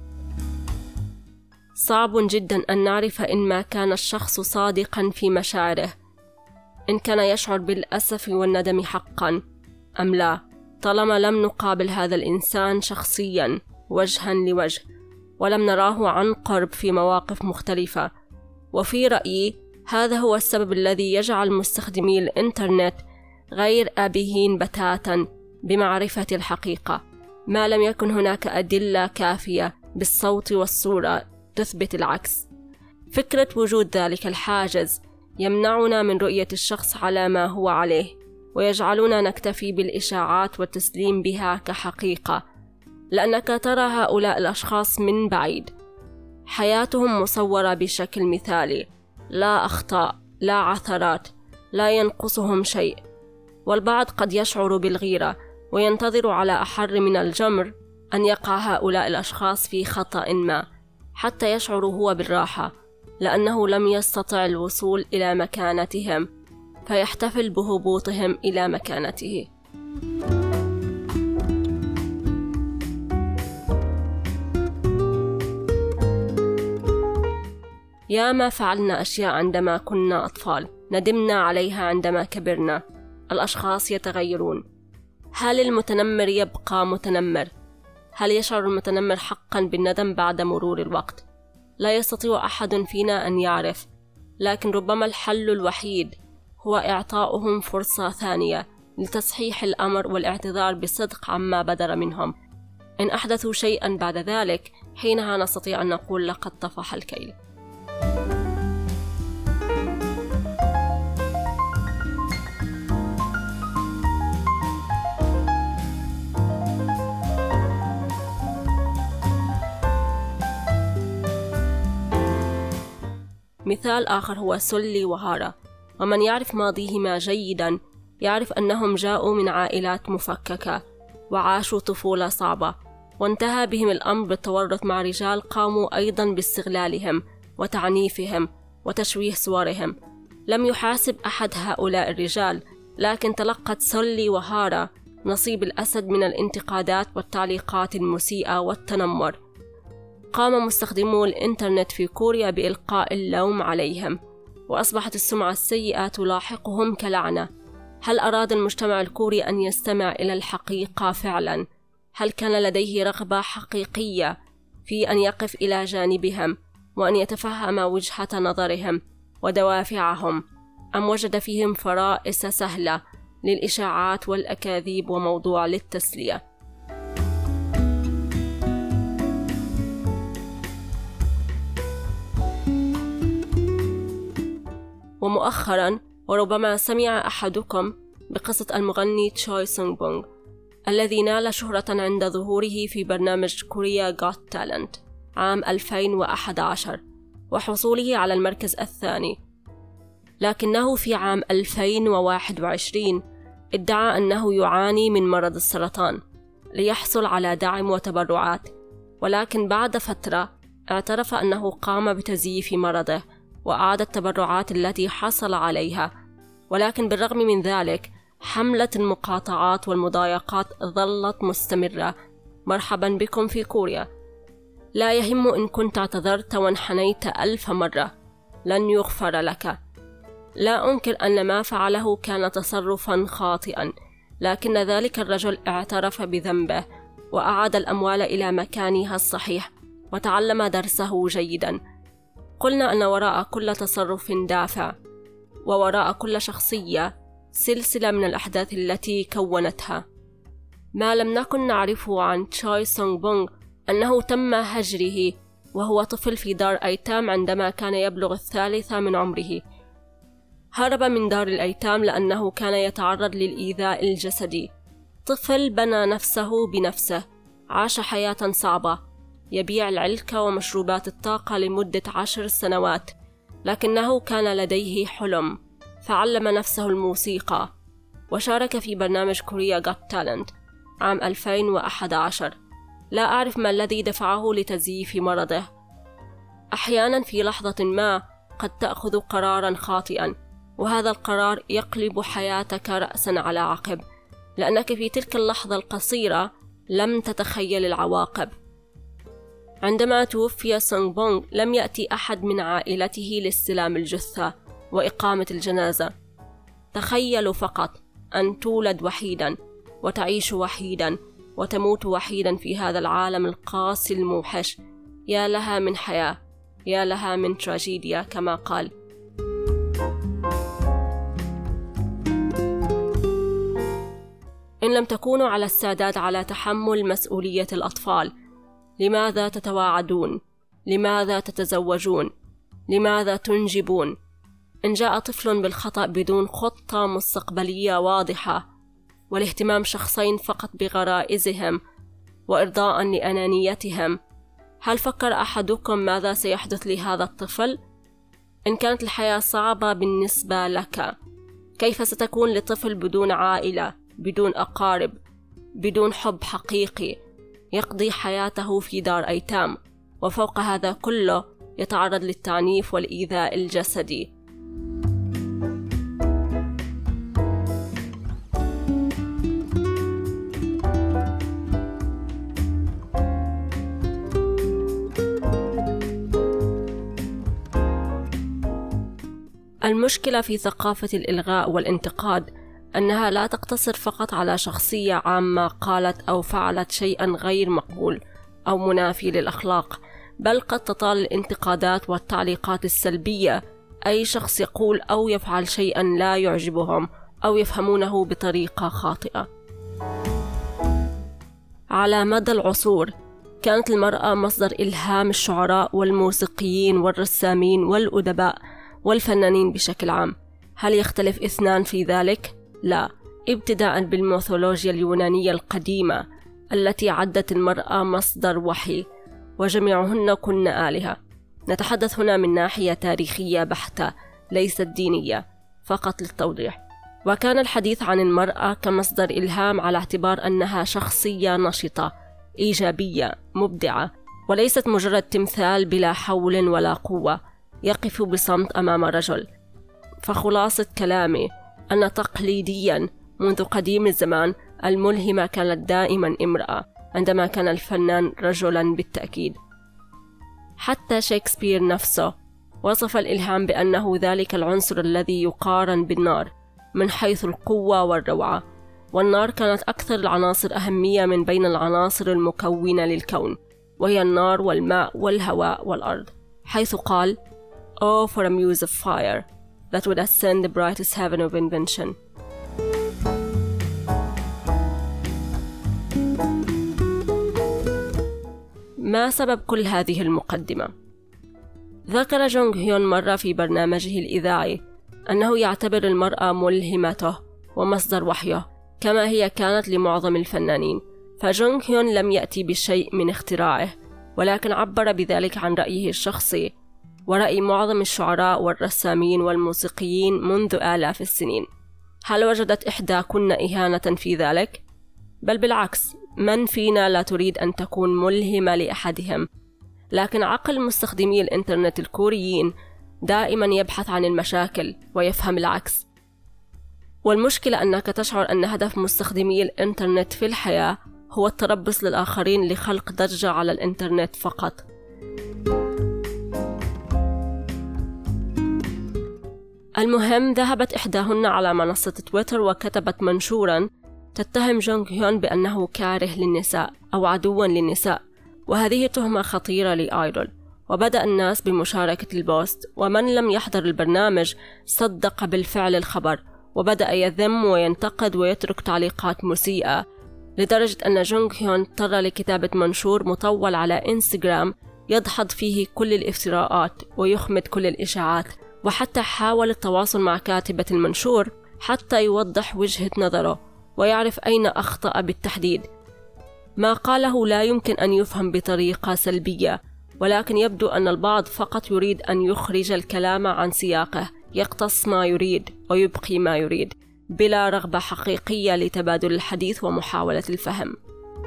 صعب جدا أن نعرف إن ما كان الشخص صادقا في مشاعره، إن كان يشعر بالأسف والندم حقا أم لا، طالما لم نقابل هذا الإنسان شخصيا وجها لوجه، ولم نراه عن قرب في مواقف مختلفة. وفي رأيي هذا هو السبب الذي يجعل مستخدمي الإنترنت غير آبهين بتاتا بمعرفة الحقيقة، ما لم يكن هناك أدلة كافية بالصوت والصورة تثبت العكس. فكرة وجود ذلك الحاجز يمنعنا من رؤية الشخص على ما هو عليه، ويجعلنا نكتفي بالإشاعات والتسليم بها كحقيقة، لأنك ترى هؤلاء الأشخاص من بعيد، حياتهم مصورة بشكل مثالي، لا أخطاء، لا عثرات، لا ينقصهم شيء. والبعض قد يشعر بالغيرة وينتظر على أحر من الجمر أن يقع هؤلاء الأشخاص في خطأ ما حتى يشعر هو بالراحة، لأنه لم يستطع الوصول إلى مكانتهم، فيحتفل بهبوطهم إلى مكانته. يا ما فعلنا أشياء عندما كنا أطفال ندمنا عليها عندما كبرنا. الأشخاص يتغيرون. هل المتنمر يبقى متنمر؟ هل يشعر المتنمر حقا بالندم بعد مرور الوقت؟ لا يستطيع أحد فينا أن يعرف، لكن ربما الحل الوحيد هو إعطاؤهم فرصة ثانية لتصحيح الأمر والاعتذار بصدق عما بدر منهم. إن أحدثوا شيئا بعد ذلك، حينها نستطيع أن نقول لقد طفح الكيل. مثال آخر هو سولي وهارا، ومن يعرف ماضيهما جيدا يعرف أنهم جاءوا من عائلات مفككة وعاشوا طفولة صعبة، وانتهى بهم الأمر بالتورط مع رجال قاموا أيضا باستغلالهم وتعنيفهم وتشويه صورهم. لم يحاسب أحد هؤلاء الرجال، لكن تلقت سولي وهارا نصيب الأسد من الانتقادات والتعليقات المسيئة والتنمر. قام مستخدمو الإنترنت في كوريا بإلقاء اللوم عليهم، وأصبحت السمعة السيئة تلاحقهم كلعنة. هل أراد المجتمع الكوري أن يستمع إلى الحقيقة فعلا؟ هل كان لديه رغبة حقيقية في أن يقف إلى جانبهم وأن يتفهم وجهة نظرهم ودوافعهم، أم وجد فيهم فرائس سهلة للإشاعات والأكاذيب وموضوع للتسلية؟ ومؤخرا، وربما سمع أحدكم بقصة المغني تشوي سونغ بونغ الذي نال شهرة عند ظهوره في برنامج كوريا Got Talent عام 2011 وحصوله على المركز الثاني. لكنه في عام 2021 ادعى أنه يعاني من مرض السرطان ليحصل على دعم وتبرعات، ولكن بعد فترة اعترف أنه قام بتزييف مرضه وأعاد التبرعات التي حصل عليها. ولكن بالرغم من ذلك، حملة المقاطعات والمضايقات ظلت مستمرة. مرحبا بكم في كوريا. لا يهم إن كنت اعتذرت وانحنيت 1000 مرة، لن يغفر لك. لا أنكر أن ما فعله كان تصرفا خاطئا، لكن ذلك الرجل اعترف بذنبه وأعاد الأموال إلى مكانها الصحيح وتعلم درسه جيدا. قلنا أن وراء كل تصرف دافع، ووراء كل شخصية سلسلة من الأحداث التي كونتها. ما لم نكن نعرفه عن تشوي سونغ بونغ أنه تم هجره وهو طفل في دار أيتام عندما كان يبلغ 3 من عمره. هرب من دار الأيتام لأنه كان يتعرض للإيذاء الجسدي. طفل بنى نفسه بنفسه، عاش حياة صعبة، يبيع العلكة ومشروبات الطاقة لمدة 10 سنوات، لكنه كان لديه حلم، فعلم نفسه الموسيقى وشارك في برنامج كوريا Got Talent عام 2011. لا أعرف ما الذي دفعه لتزييف مرضه. أحيانا في لحظة ما قد تأخذ قرارا خاطئا، وهذا القرار يقلب حياتك رأسا على عقب، لأنك في تلك اللحظة القصيرة لم تتخيل العواقب. عندما توفي سونغ بونغ لم يأتي أحد من عائلته لاستلام الجثة وإقامة الجنازة. تخيلوا فقط أن تولد وحيدا وتعيش وحيدا وتموت وحيدا في هذا العالم القاسي الموحش. يا لها من حياة، يا لها من تراجيديا كما قال. إن لم تكونوا على استعداد على تحمل مسؤولية الأطفال، لماذا تتواعدون؟ لماذا تتزوجون؟ لماذا تنجبون؟ إن جاء طفل بالخطأ بدون خطة مستقبلية واضحة والاهتمام شخصين فقط بغرائزهم وإرضاء لأنانيتهم، هل فكر أحدكم ماذا سيحدث لهذا الطفل؟ إن كانت الحياة صعبة بالنسبة لك، كيف ستكون لطفل بدون عائلة، بدون أقارب، بدون حب حقيقي، يقضي حياته في دار أيتام، وفوق هذا كله يتعرض للتعنيف والإيذاء الجسدي؟ المشكلة في ثقافة الإلغاء والانتقاد أنها لا تقتصر فقط على شخصية عامة قالت أو فعلت شيئا غير مقبول أو منافي للأخلاق، بل قد تطال الانتقادات والتعليقات السلبية أي شخص يقول أو يفعل شيئا لا يعجبهم أو يفهمونه بطريقة خاطئة. على مدى العصور كانت المرأة مصدر إلهام الشعراء والموسيقيين والرسامين والأدباء والفنانين بشكل عام. هل يختلف اثنان في ذلك؟ لا، ابتداء بالميثولوجيا اليونانية القديمة التي عدت المرأة مصدر وحي، وجميعهن كن آلهة. نتحدث هنا من ناحية تاريخية بحتة ليست دينية، فقط للتوضيح. وكان الحديث عن المرأة كمصدر إلهام على اعتبار أنها شخصية نشطة إيجابية مبدعة، وليست مجرد تمثال بلا حول ولا قوة يقف بصمت أمام رجل. فخلاصة كلامي أن تقليديا منذ قديم الزمان الملهمة كانت دائما امرأة، عندما كان الفنان رجلا بالتأكيد. حتى شكسبير نفسه وصف الإلهام بأنه ذلك العنصر الذي يقارن بالنار من حيث القوة والروعة، والنار كانت أكثر العناصر أهمية من بين العناصر المكونة للكون، وهي النار والماء والهواء والأرض، حيث قال "Oh for a muse of fire that would ascend the brightest heaven of invention." ما سبب كل هذه المقدمة؟ ذكر جونغ هيون مرة في برنامجه الإذاعي أنه يعتبر المرأة ملهمته ومصدر وحيه كما هي كانت لمعظم الفنانين. فجونغ هيون لم يأتي بشيء من اختراعه، ولكن عبر بذلك عن رأيه الشخصي ورأي معظم الشعراء والرسامين والموسيقيين منذ آلاف السنين. هل وجدت إحداكن إهانة في ذلك؟ بل بالعكس، من فينا لا تريد أن تكون ملهمة لأحدهم؟ لكن عقل مستخدمي الإنترنت الكوريين دائما يبحث عن المشاكل ويفهم العكس. والمشكلة أنك تشعر أن هدف مستخدمي الإنترنت في الحياة هو التربص للآخرين لخلق ضجة على الإنترنت فقط. المهم، ذهبت إحداهن على منصة تويتر وكتبت منشورا تتهم جونغ هيون بأنه كاره للنساء أو عدوا للنساء، وهذه تهمة خطيرة لآيدول. وبدأ الناس بمشاركة البوست، ومن لم يحضر البرنامج صدق بالفعل الخبر وبدأ يذم وينتقد ويترك تعليقات مسيئة، لدرجة أن جونغ هيون اضطر لكتابة منشور مطول على إنستغرام يدحض فيه كل الافتراءات ويخمد كل الإشاعات، وحتى حاول التواصل مع كاتبة المنشور حتى يوضح وجهة نظره ويعرف أين أخطأ بالتحديد. ما قاله لا يمكن أن يفهم بطريقة سلبية، ولكن يبدو أن البعض فقط يريد أن يخرج الكلام عن سياقه، يقتص ما يريد ويبقي ما يريد، بلا رغبة حقيقية لتبادل الحديث ومحاولة الفهم.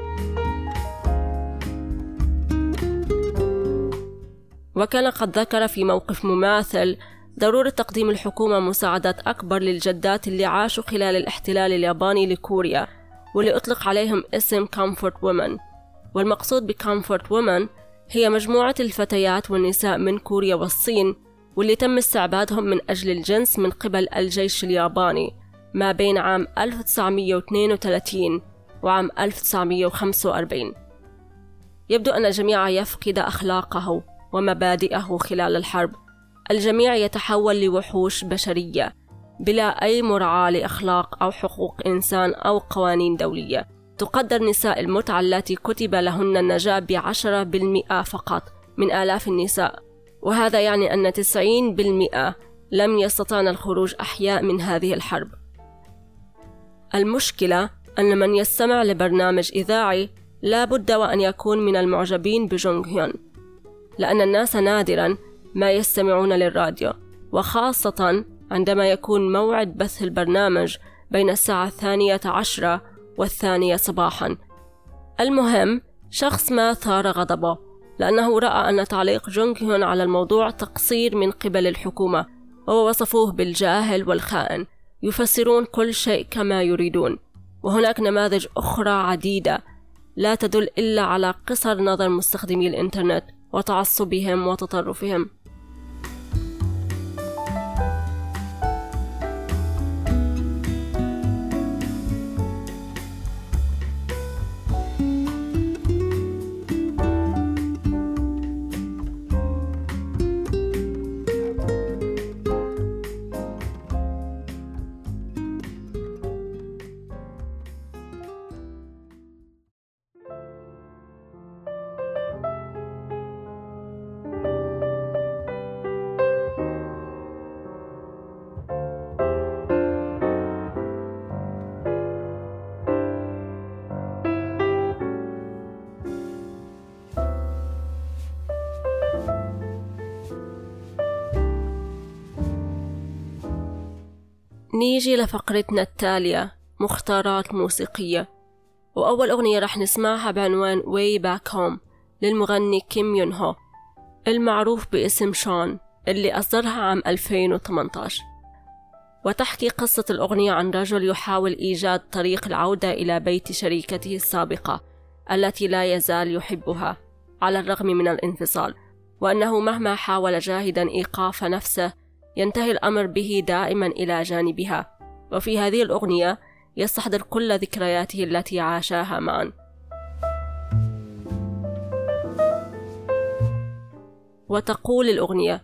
وكان قد ذكر في موقف مماثل ضرورة تقديم الحكومة مساعدات أكبر للجدات اللي عاشوا خلال الاحتلال الياباني لكوريا، واللي أطلق عليهم اسم Comfort Women. والمقصود ب Comfort Women هي مجموعة الفتيات والنساء من كوريا والصين، واللي تم استعبادهم من أجل الجنس من قبل الجيش الياباني ما بين عام 1932 وعام 1945. يبدو أن الجميع يفقد أخلاقه ومبادئه خلال الحرب. الجميع يتحول لوحوش بشرية بلا أي مراعاة لأخلاق أو حقوق إنسان أو قوانين دولية. تقدر نساء المتعة التي كتب لهن النجاة ب10% فقط من آلاف النساء، وهذا يعني أن 90% لم يستطعن الخروج أحياء من هذه الحرب. المشكلة أن من يستمع لبرنامج إذاعي لا بد وأن يكون من المعجبين بجونغ هيون، لأن الناس نادراً ما يستمعون للراديو، وخاصة عندما يكون موعد بث البرنامج بين الساعة 12 و2 صباحاً. المهم، شخص ما ثار غضبه لأنه رأى أن تعليق جونغ هيون على الموضوع تقصير من قبل الحكومة، ووصفوه بالجاهل والخائن، يفسرون كل شيء كما يريدون. وهناك نماذج أخرى عديدة لا تدل إلا على قصر نظر مستخدمي الإنترنت وتعصبهم وتطرفهم. نيجي لفقرتنا التالية، مختارات موسيقية. وأول أغنية رح نسمعها بعنوان Way Back Home للمغني كيم يون هو المعروف باسم شون، اللي أصدرها عام 2018. وتحكي قصة الأغنية عن رجل يحاول إيجاد طريق العودة إلى بيت شريكته السابقة التي لا يزال يحبها على الرغم من الانفصال، وأنه مهما حاول جاهدا إيقاف نفسه ينتهي الأمر به دائما إلى جانبها. وفي هذه الأغنية يستحضر كل ذكرياته التي عاشاها معا. وتقول الأغنية: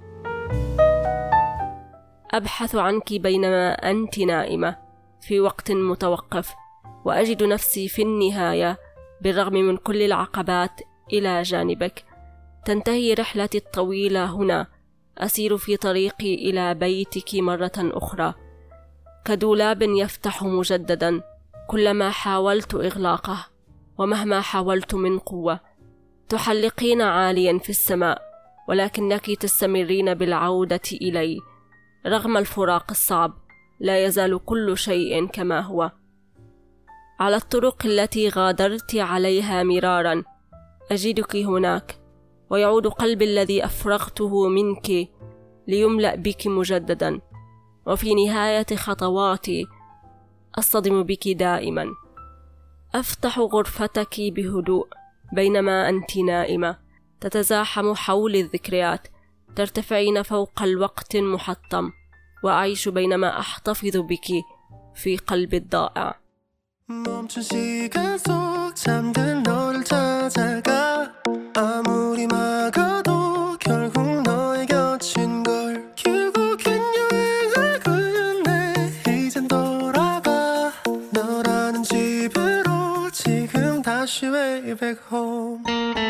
أبحث عنك بينما أنت نائمة في وقت متوقف، وأجد نفسي في النهاية بالرغم من كل العقبات إلى جانبك. تنتهي رحلتي الطويلة هنا، أسير في طريقي إلى بيتك مرة أخرى، كدولاب يفتح مجددا كلما حاولت إغلاقه، ومهما حاولت من قوة. تحلقين عاليا في السماء، ولكنك تستمرين بالعودة إلي رغم الفراق الصعب. لا يزال كل شيء كما هو. على الطرق التي غادرت عليها مرارا أجدك هناك، ويعود قلبي الذي أفرغته منك ليملأ بك مجددا. وفي نهاية خطواتي أصطدم بك دائما. أفتح غرفتك بهدوء بينما أنت نائمة، تتزاحم حول الذكريات، ترتفعين فوق الوقت المحطم، وأعيش بينما أحتفظ بك في قلبي الضائع. 멈춘 시간 속 잠든 너를 찾아가 아무리 막아도 결국 너의 곁인 걸 결국엔 여행을 끝내 이젠 돌아가 너라는 집으로 지금 다시 way back home.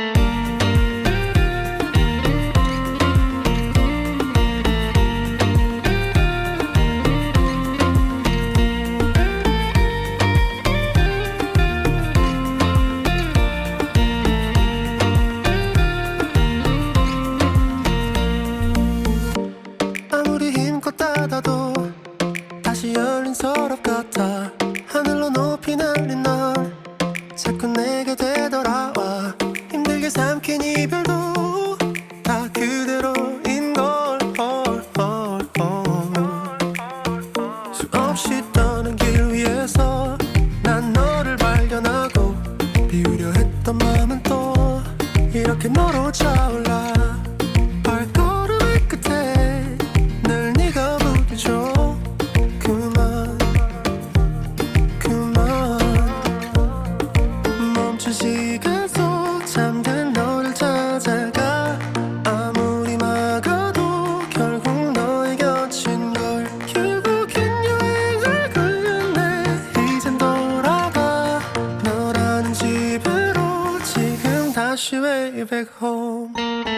다시 열린 서랍 같아 하늘로 높이 날린 넌 자꾸 내게 되돌아와 힘들게 삼킨 이별도 다 그대로인 걸 수없이 떠난 길 위에서 난 너를 발견하고 비우려 했던 마음은 또 이렇게 너로 차올라 발걸음의 끝에 늘 네가 부딪혀 시간 속 잠든 너를 찾아가 아무리 막아도 결국 너의 곁인 걸 결국엔 여행을 끝내 이젠 돌아가 너라는 집으로 지금 다시 way back home.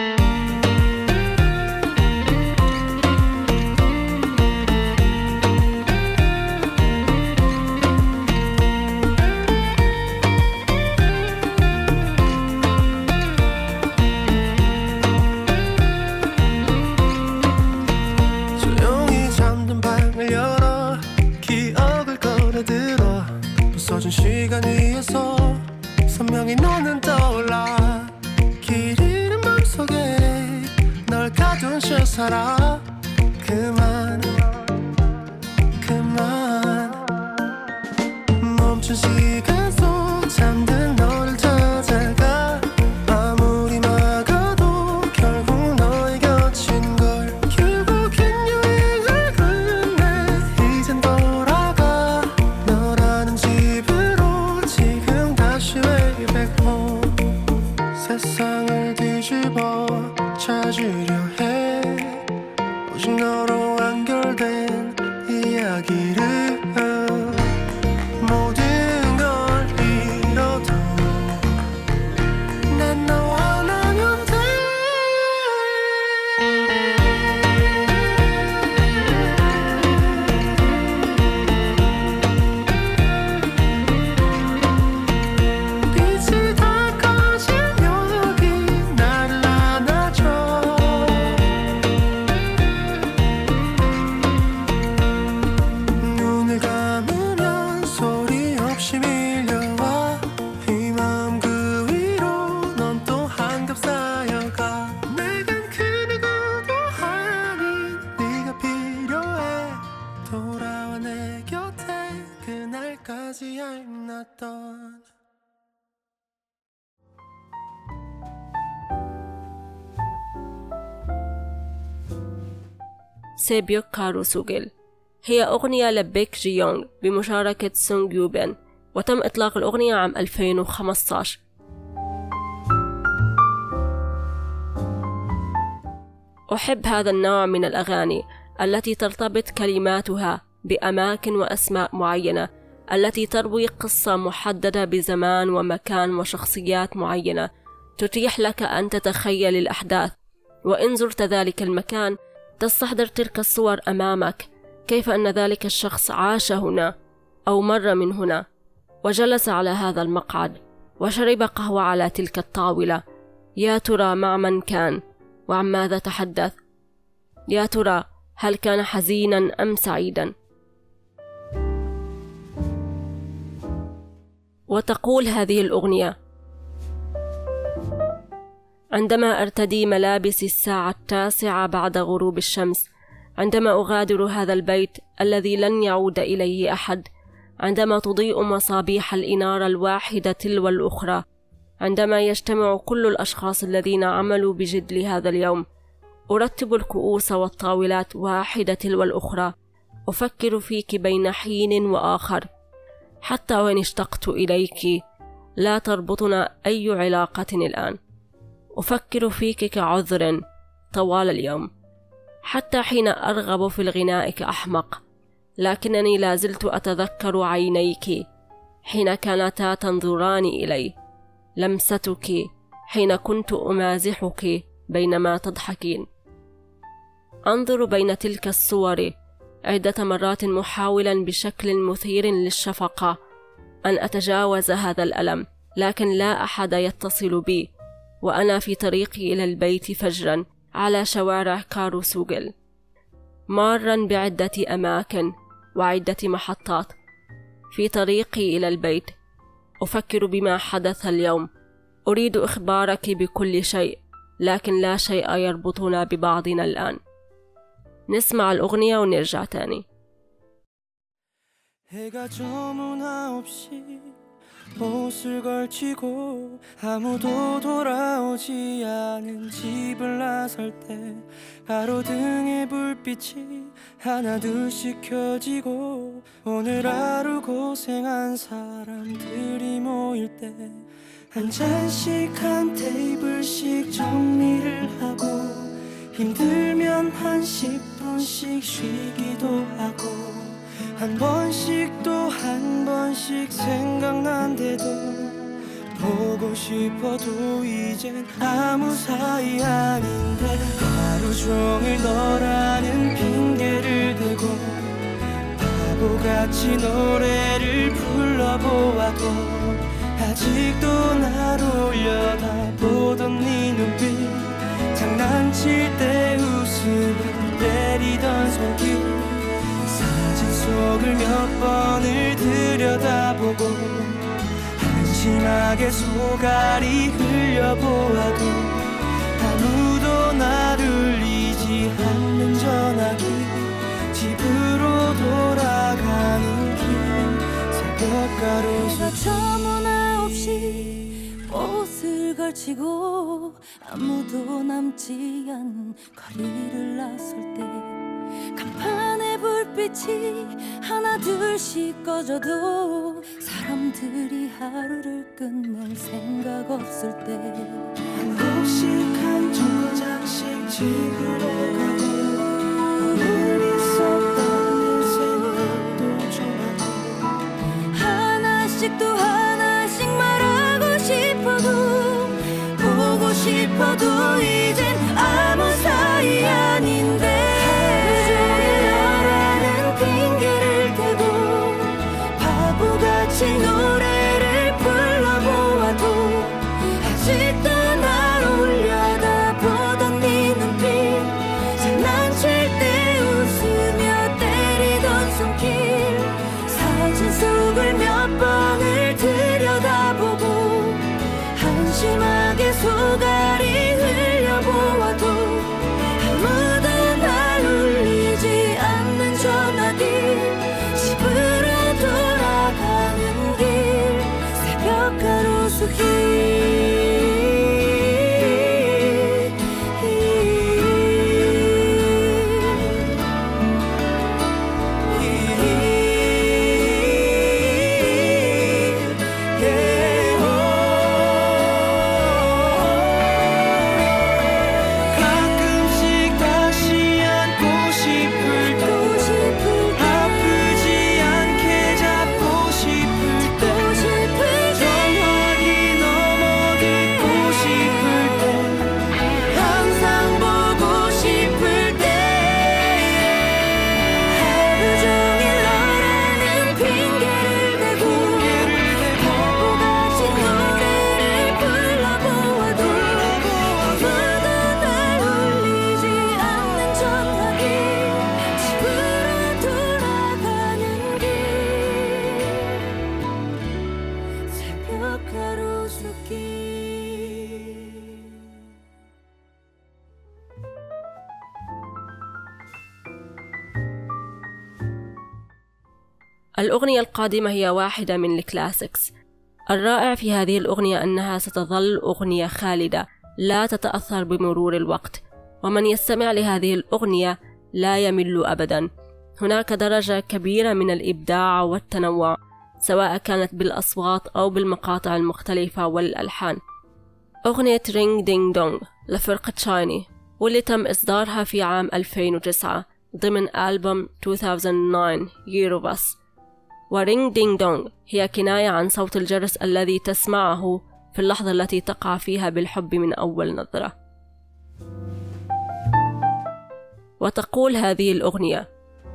부서진 시간 위에서 선명히 너는 떠올라 길 잃은 맘속에 널 가둔 채 살아 그만 멈춘 시간 속 잠든 너를 찾아가 아무리 막아도 결국 너의 곁인 걸 결국엔 여행을 끝내 이젠 돌아가 너라는 집으로 지금 다시 way back home. 세상을 뒤집어 찾으려 해 오직 너로 완결된 이야기를 모든 걸 잃어도 난 너와 나면 돼. 빛이 다 꺼진 여기 나를 안아줘 때까지 얄났던 سيبيوك كارو سوغيل هي أغنية لبيك جي يونغ بمشاركة سونغ يوبين، وتم إطلاق الأغنية عام 2015. أحب هذا النوع من الأغاني التي ترتبط كلماتها بأماكن وأسماء معينة، التي تروي قصة محددة بزمان ومكان وشخصيات معينة، تتيح لك أن تتخيل الأحداث، وإن زرت ذلك المكان تستحضر تلك الصور أمامك، كيف أن ذلك الشخص عاش هنا أو مر من هنا وجلس على هذا المقعد وشرب قهوة على تلك الطاولة. يا ترى مع من كان وعن ماذا تحدث؟ يا ترى هل كان حزينا أم سعيدا؟ وتقول هذه الأغنية: عندما أرتدي ملابس الساعة 9 بعد غروب الشمس، عندما أغادر هذا البيت الذي لن يعود إليه أحد، عندما تضيء مصابيح الإنارة الواحدة تلو الأخرى، عندما يجتمع كل الأشخاص الذين عملوا بجد لهذا اليوم، أرتب الكؤوس والطاولات واحدة تلو الأخرى، أفكر فيك بين حين وآخر، حتى وإن اشتقت إليك لا تربطنا أي علاقة الآن. أفكر فيك كعذر طوال اليوم، حتى حين أرغب في الغناء كأحمق، لكنني لازلت أتذكر عينيك حين كانتا تنظران إلي، لمستك حين كنت أمازحك بينما تضحكين. أنظر بين تلك الصور عدة مرات محاولا بشكل مثير للشفقة أن أتجاوز هذا الألم، لكن لا أحد يتصل بي وأنا في طريقي إلى البيت فجرا على شوارع كارو سوغيل، مارا بعدة أماكن وعدة محطات. في طريقي إلى البيت أفكر بما حدث اليوم، أريد إخبارك بكل شيء، لكن لا شيء يربطنا ببعضنا الآن. نسمع الأغنية ونرجع تاني. 해가 저문 9시 옷을 걸치고 아무도 돌아오지 않은 집을 나설 때 가로등의 불빛이 하나둘씩 켜지고 오늘 하루 고생한 사람들이 모일 때 한 잔씩 한 테이블씩 정리를 하고 힘들면 한 10분씩 쉬기도 하고 한 번씩 또 한 번씩 생각난대도 보고 싶어도 이젠 아무 사이 아닌데 하루 종일 너라는 핑계를 대고 바보같이 노래를 불러보아도 아직도 날 올려다보던 네 눈빛, 장난칠 때 웃으며 때리던 손길, 사진 속을 몇 번을 들여다보고 한심하게 소갈이 흘려보아도 아무도 날 울리지 않는 전화기, 집으로 돌아가는 길, 새벽가로수 저문 9시 옷을 걸치고 아무도 남지 않은 거리를 나설 때 간판의 불빛이 하나 둘씩 꺼져도 사람들이 하루를 끝낼 생각 없을 때 한 곡씩 한 정거장씩 집으로 가고 오늘 있었던 일 생각도 좀 하고 하나씩 또 하나씩 말하고 싶어도 보고 싶어도 이젠 아무 사이 아닌데 바보같이 노래를 불러보아도 아직도 날 올려다보던 네 눈빛, 장난칠 때 웃으며 때리던 손길, 사진 속을 몇 번을 들여다보고 한심하게 소갈이 흘려보아도 아무도 날 울리지 않는 전화기, 집으로 돌아가 الأغنية القادمة هي واحدة من الكلاسيكس. الرائع في هذه الأغنية أنها ستظل أغنية خالدة لا تتأثر بمرور الوقت، ومن يستمع لهذه الأغنية لا يمل أبدا. هناك درجة كبيرة من الإبداع والتنوع، سواء كانت بالأصوات أو بالمقاطع المختلفة والألحان. أغنية رينغ دينغ دونغ لفرقة شايني، واللي تم إصدارها في عام 2009 ضمن ألبوم 2009 Year of Us. ورينغ دينغ دونغ هي كناية عن صوت الجرس الذي تسمعه في اللحظة التي تقع فيها بالحب من أول نظرة. وتقول هذه الأغنية: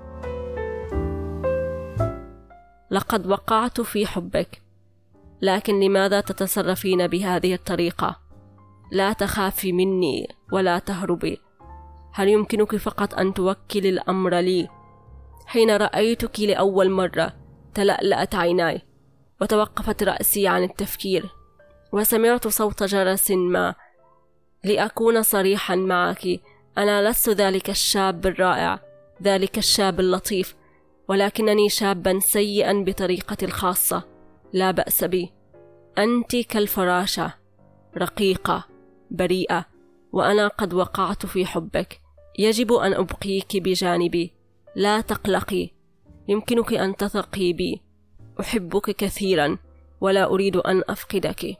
لقد وقعت في حبك، لكن لماذا تتصرفين بهذه الطريقة؟ لا تخافي مني ولا تهربي. هل يمكنك فقط أن توكلي الأمر لي؟ حين رأيتك لأول مرة تلألأت عيناي، وتوقفت رأسي عن التفكير، وسمعت صوت جرس ما. لأكون صريحا معك، أنا لست ذلك الشاب الرائع، ذلك الشاب اللطيف، ولكنني شابا سيئا بطريقتي الخاصة. لا بأس بي. أنت كالفراشة، رقيقة بريئة، وأنا قد وقعت في حبك. يجب أن أبقيك بجانبي. لا تقلقي، يمكنك أن تثقي بي. أحبك كثيرا ولا أريد أن أفقدك.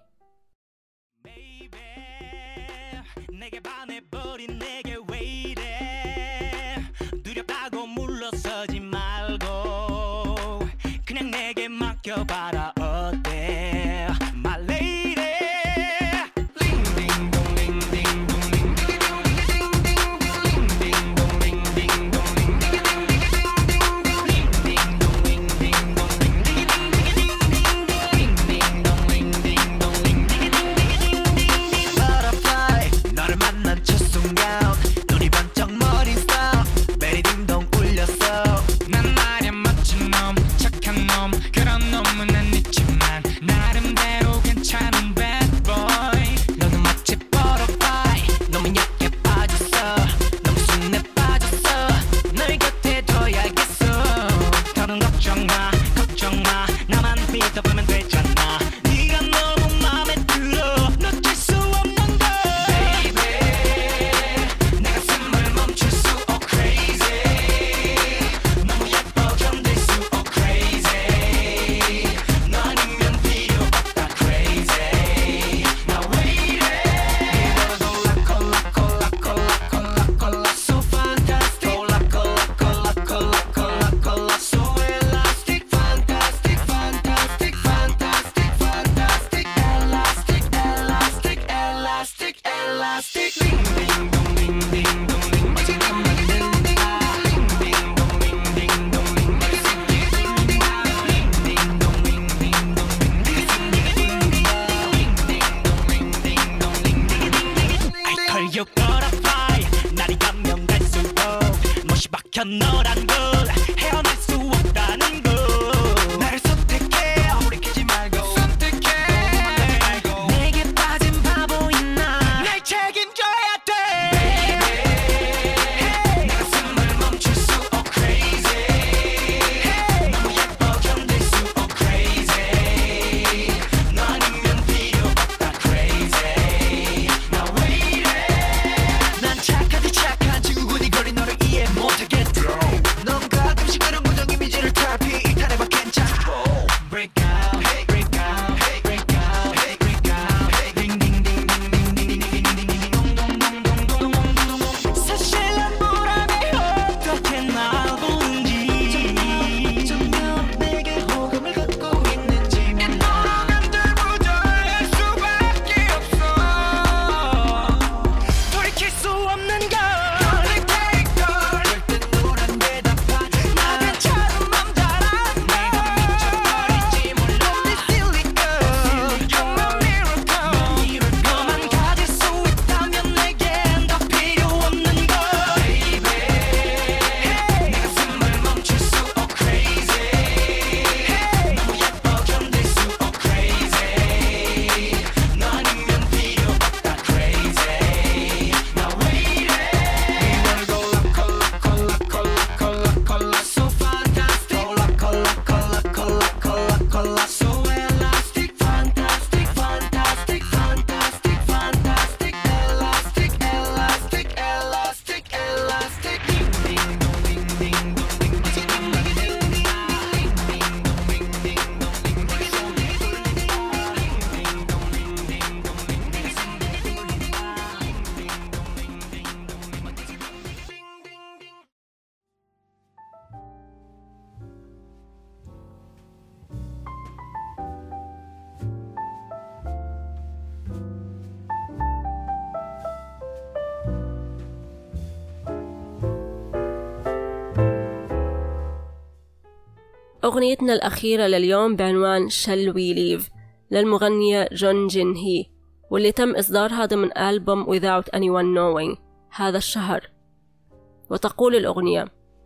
أغنيتنا الأخيرة لليوم بعنوان Shall We Leave للمغنية جون جين هي، واللي تم إصدارها ضمن ألبوم Without Anyone Knowing هذا الشهر. وتقول الأغنية: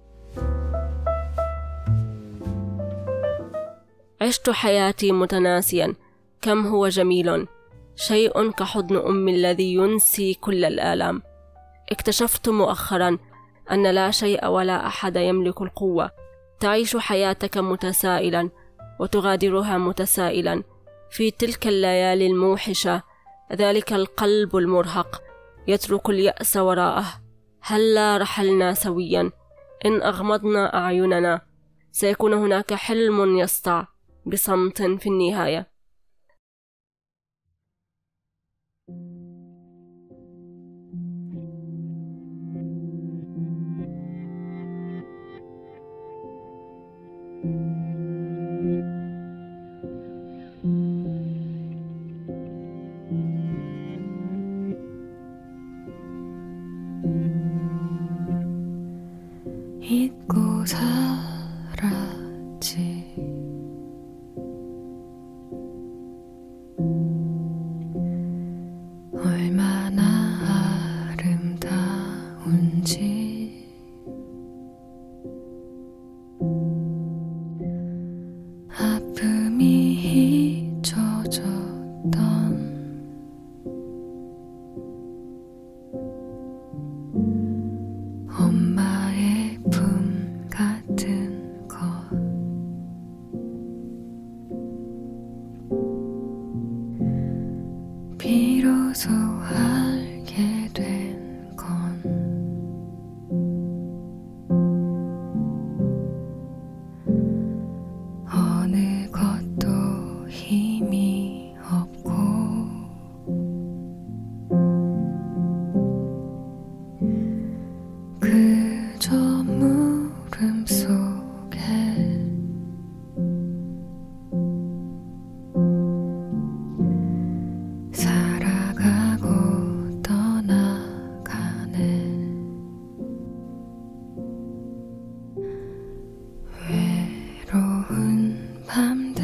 عشت حياتي متناسيا كم هو جميل، شيء كحضن أمي الذي ينسي كل الآلام. اكتشفت مؤخرا أن لا شيء ولا أحد يملك القوة. تعيش حياتك متسائلا وتغادرها متسائلا في تلك الليالي الموحشة. ذلك القلب المرهق يترك اليأس وراءه. هلا رحلنا سويا، إن أغمضنا أعيننا سيكون هناك حلم يسطع بصمت في النهاية. 잊고 살았지. 얼마나 아름다운지. 아픔이 잊혀졌던 엄마의 품 같은 것. 비로소 알게 된 건 어느 것도 힘이 없고 그저 물음 속에 살아가고 떠나가네. 외로운 밤들,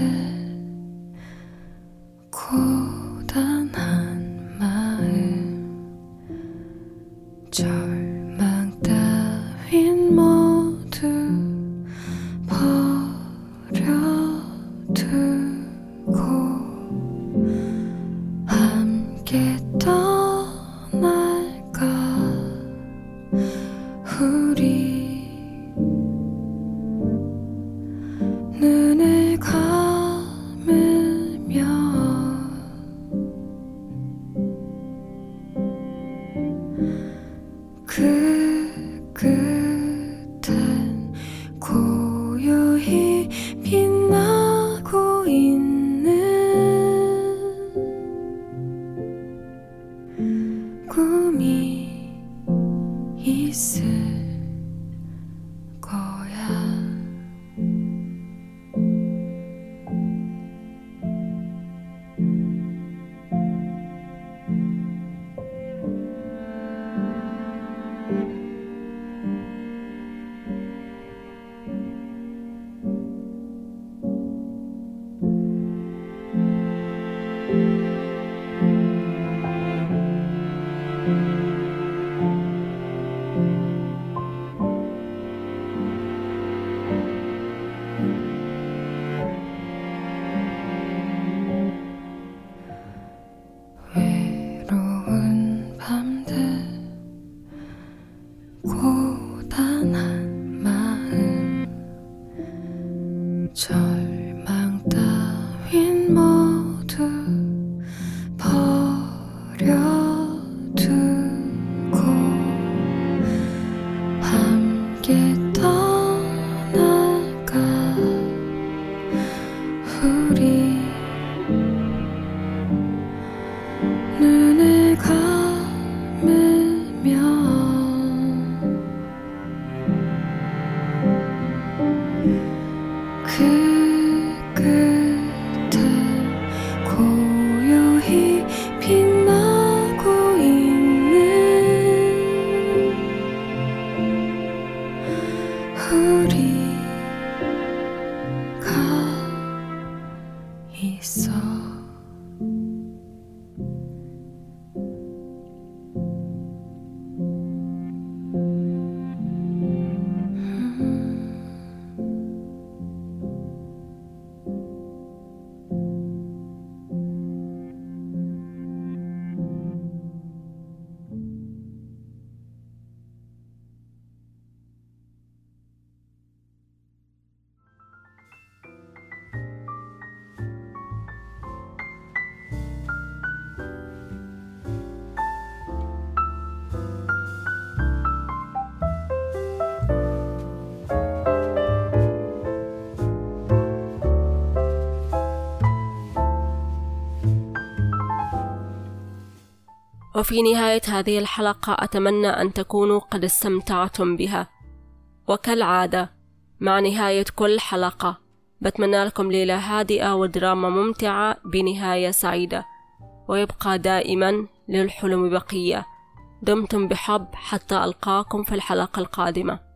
고단한 마음, 절망 따윈 모두 버려두고 함께 떠날까 우리. 눈을 감으며 그 끝엔 고요히 빛나고 있는 꿈이 있을 거야. 외로운 밤들, 고단한 마음, 절망 따윈 모두 버려두고 함께 떠날까 우리. 눈을 감으며 그 있어. وفي نهاية هذه الحلقة أتمنى أن تكونوا قد استمتعتم بها، وكالعادة مع نهاية كل حلقة بتمنى لكم ليلة هادئة ودراما ممتعة بنهاية سعيدة، ويبقى دائما للحلم بقية. دمتم بحب حتى ألقاكم في الحلقة القادمة.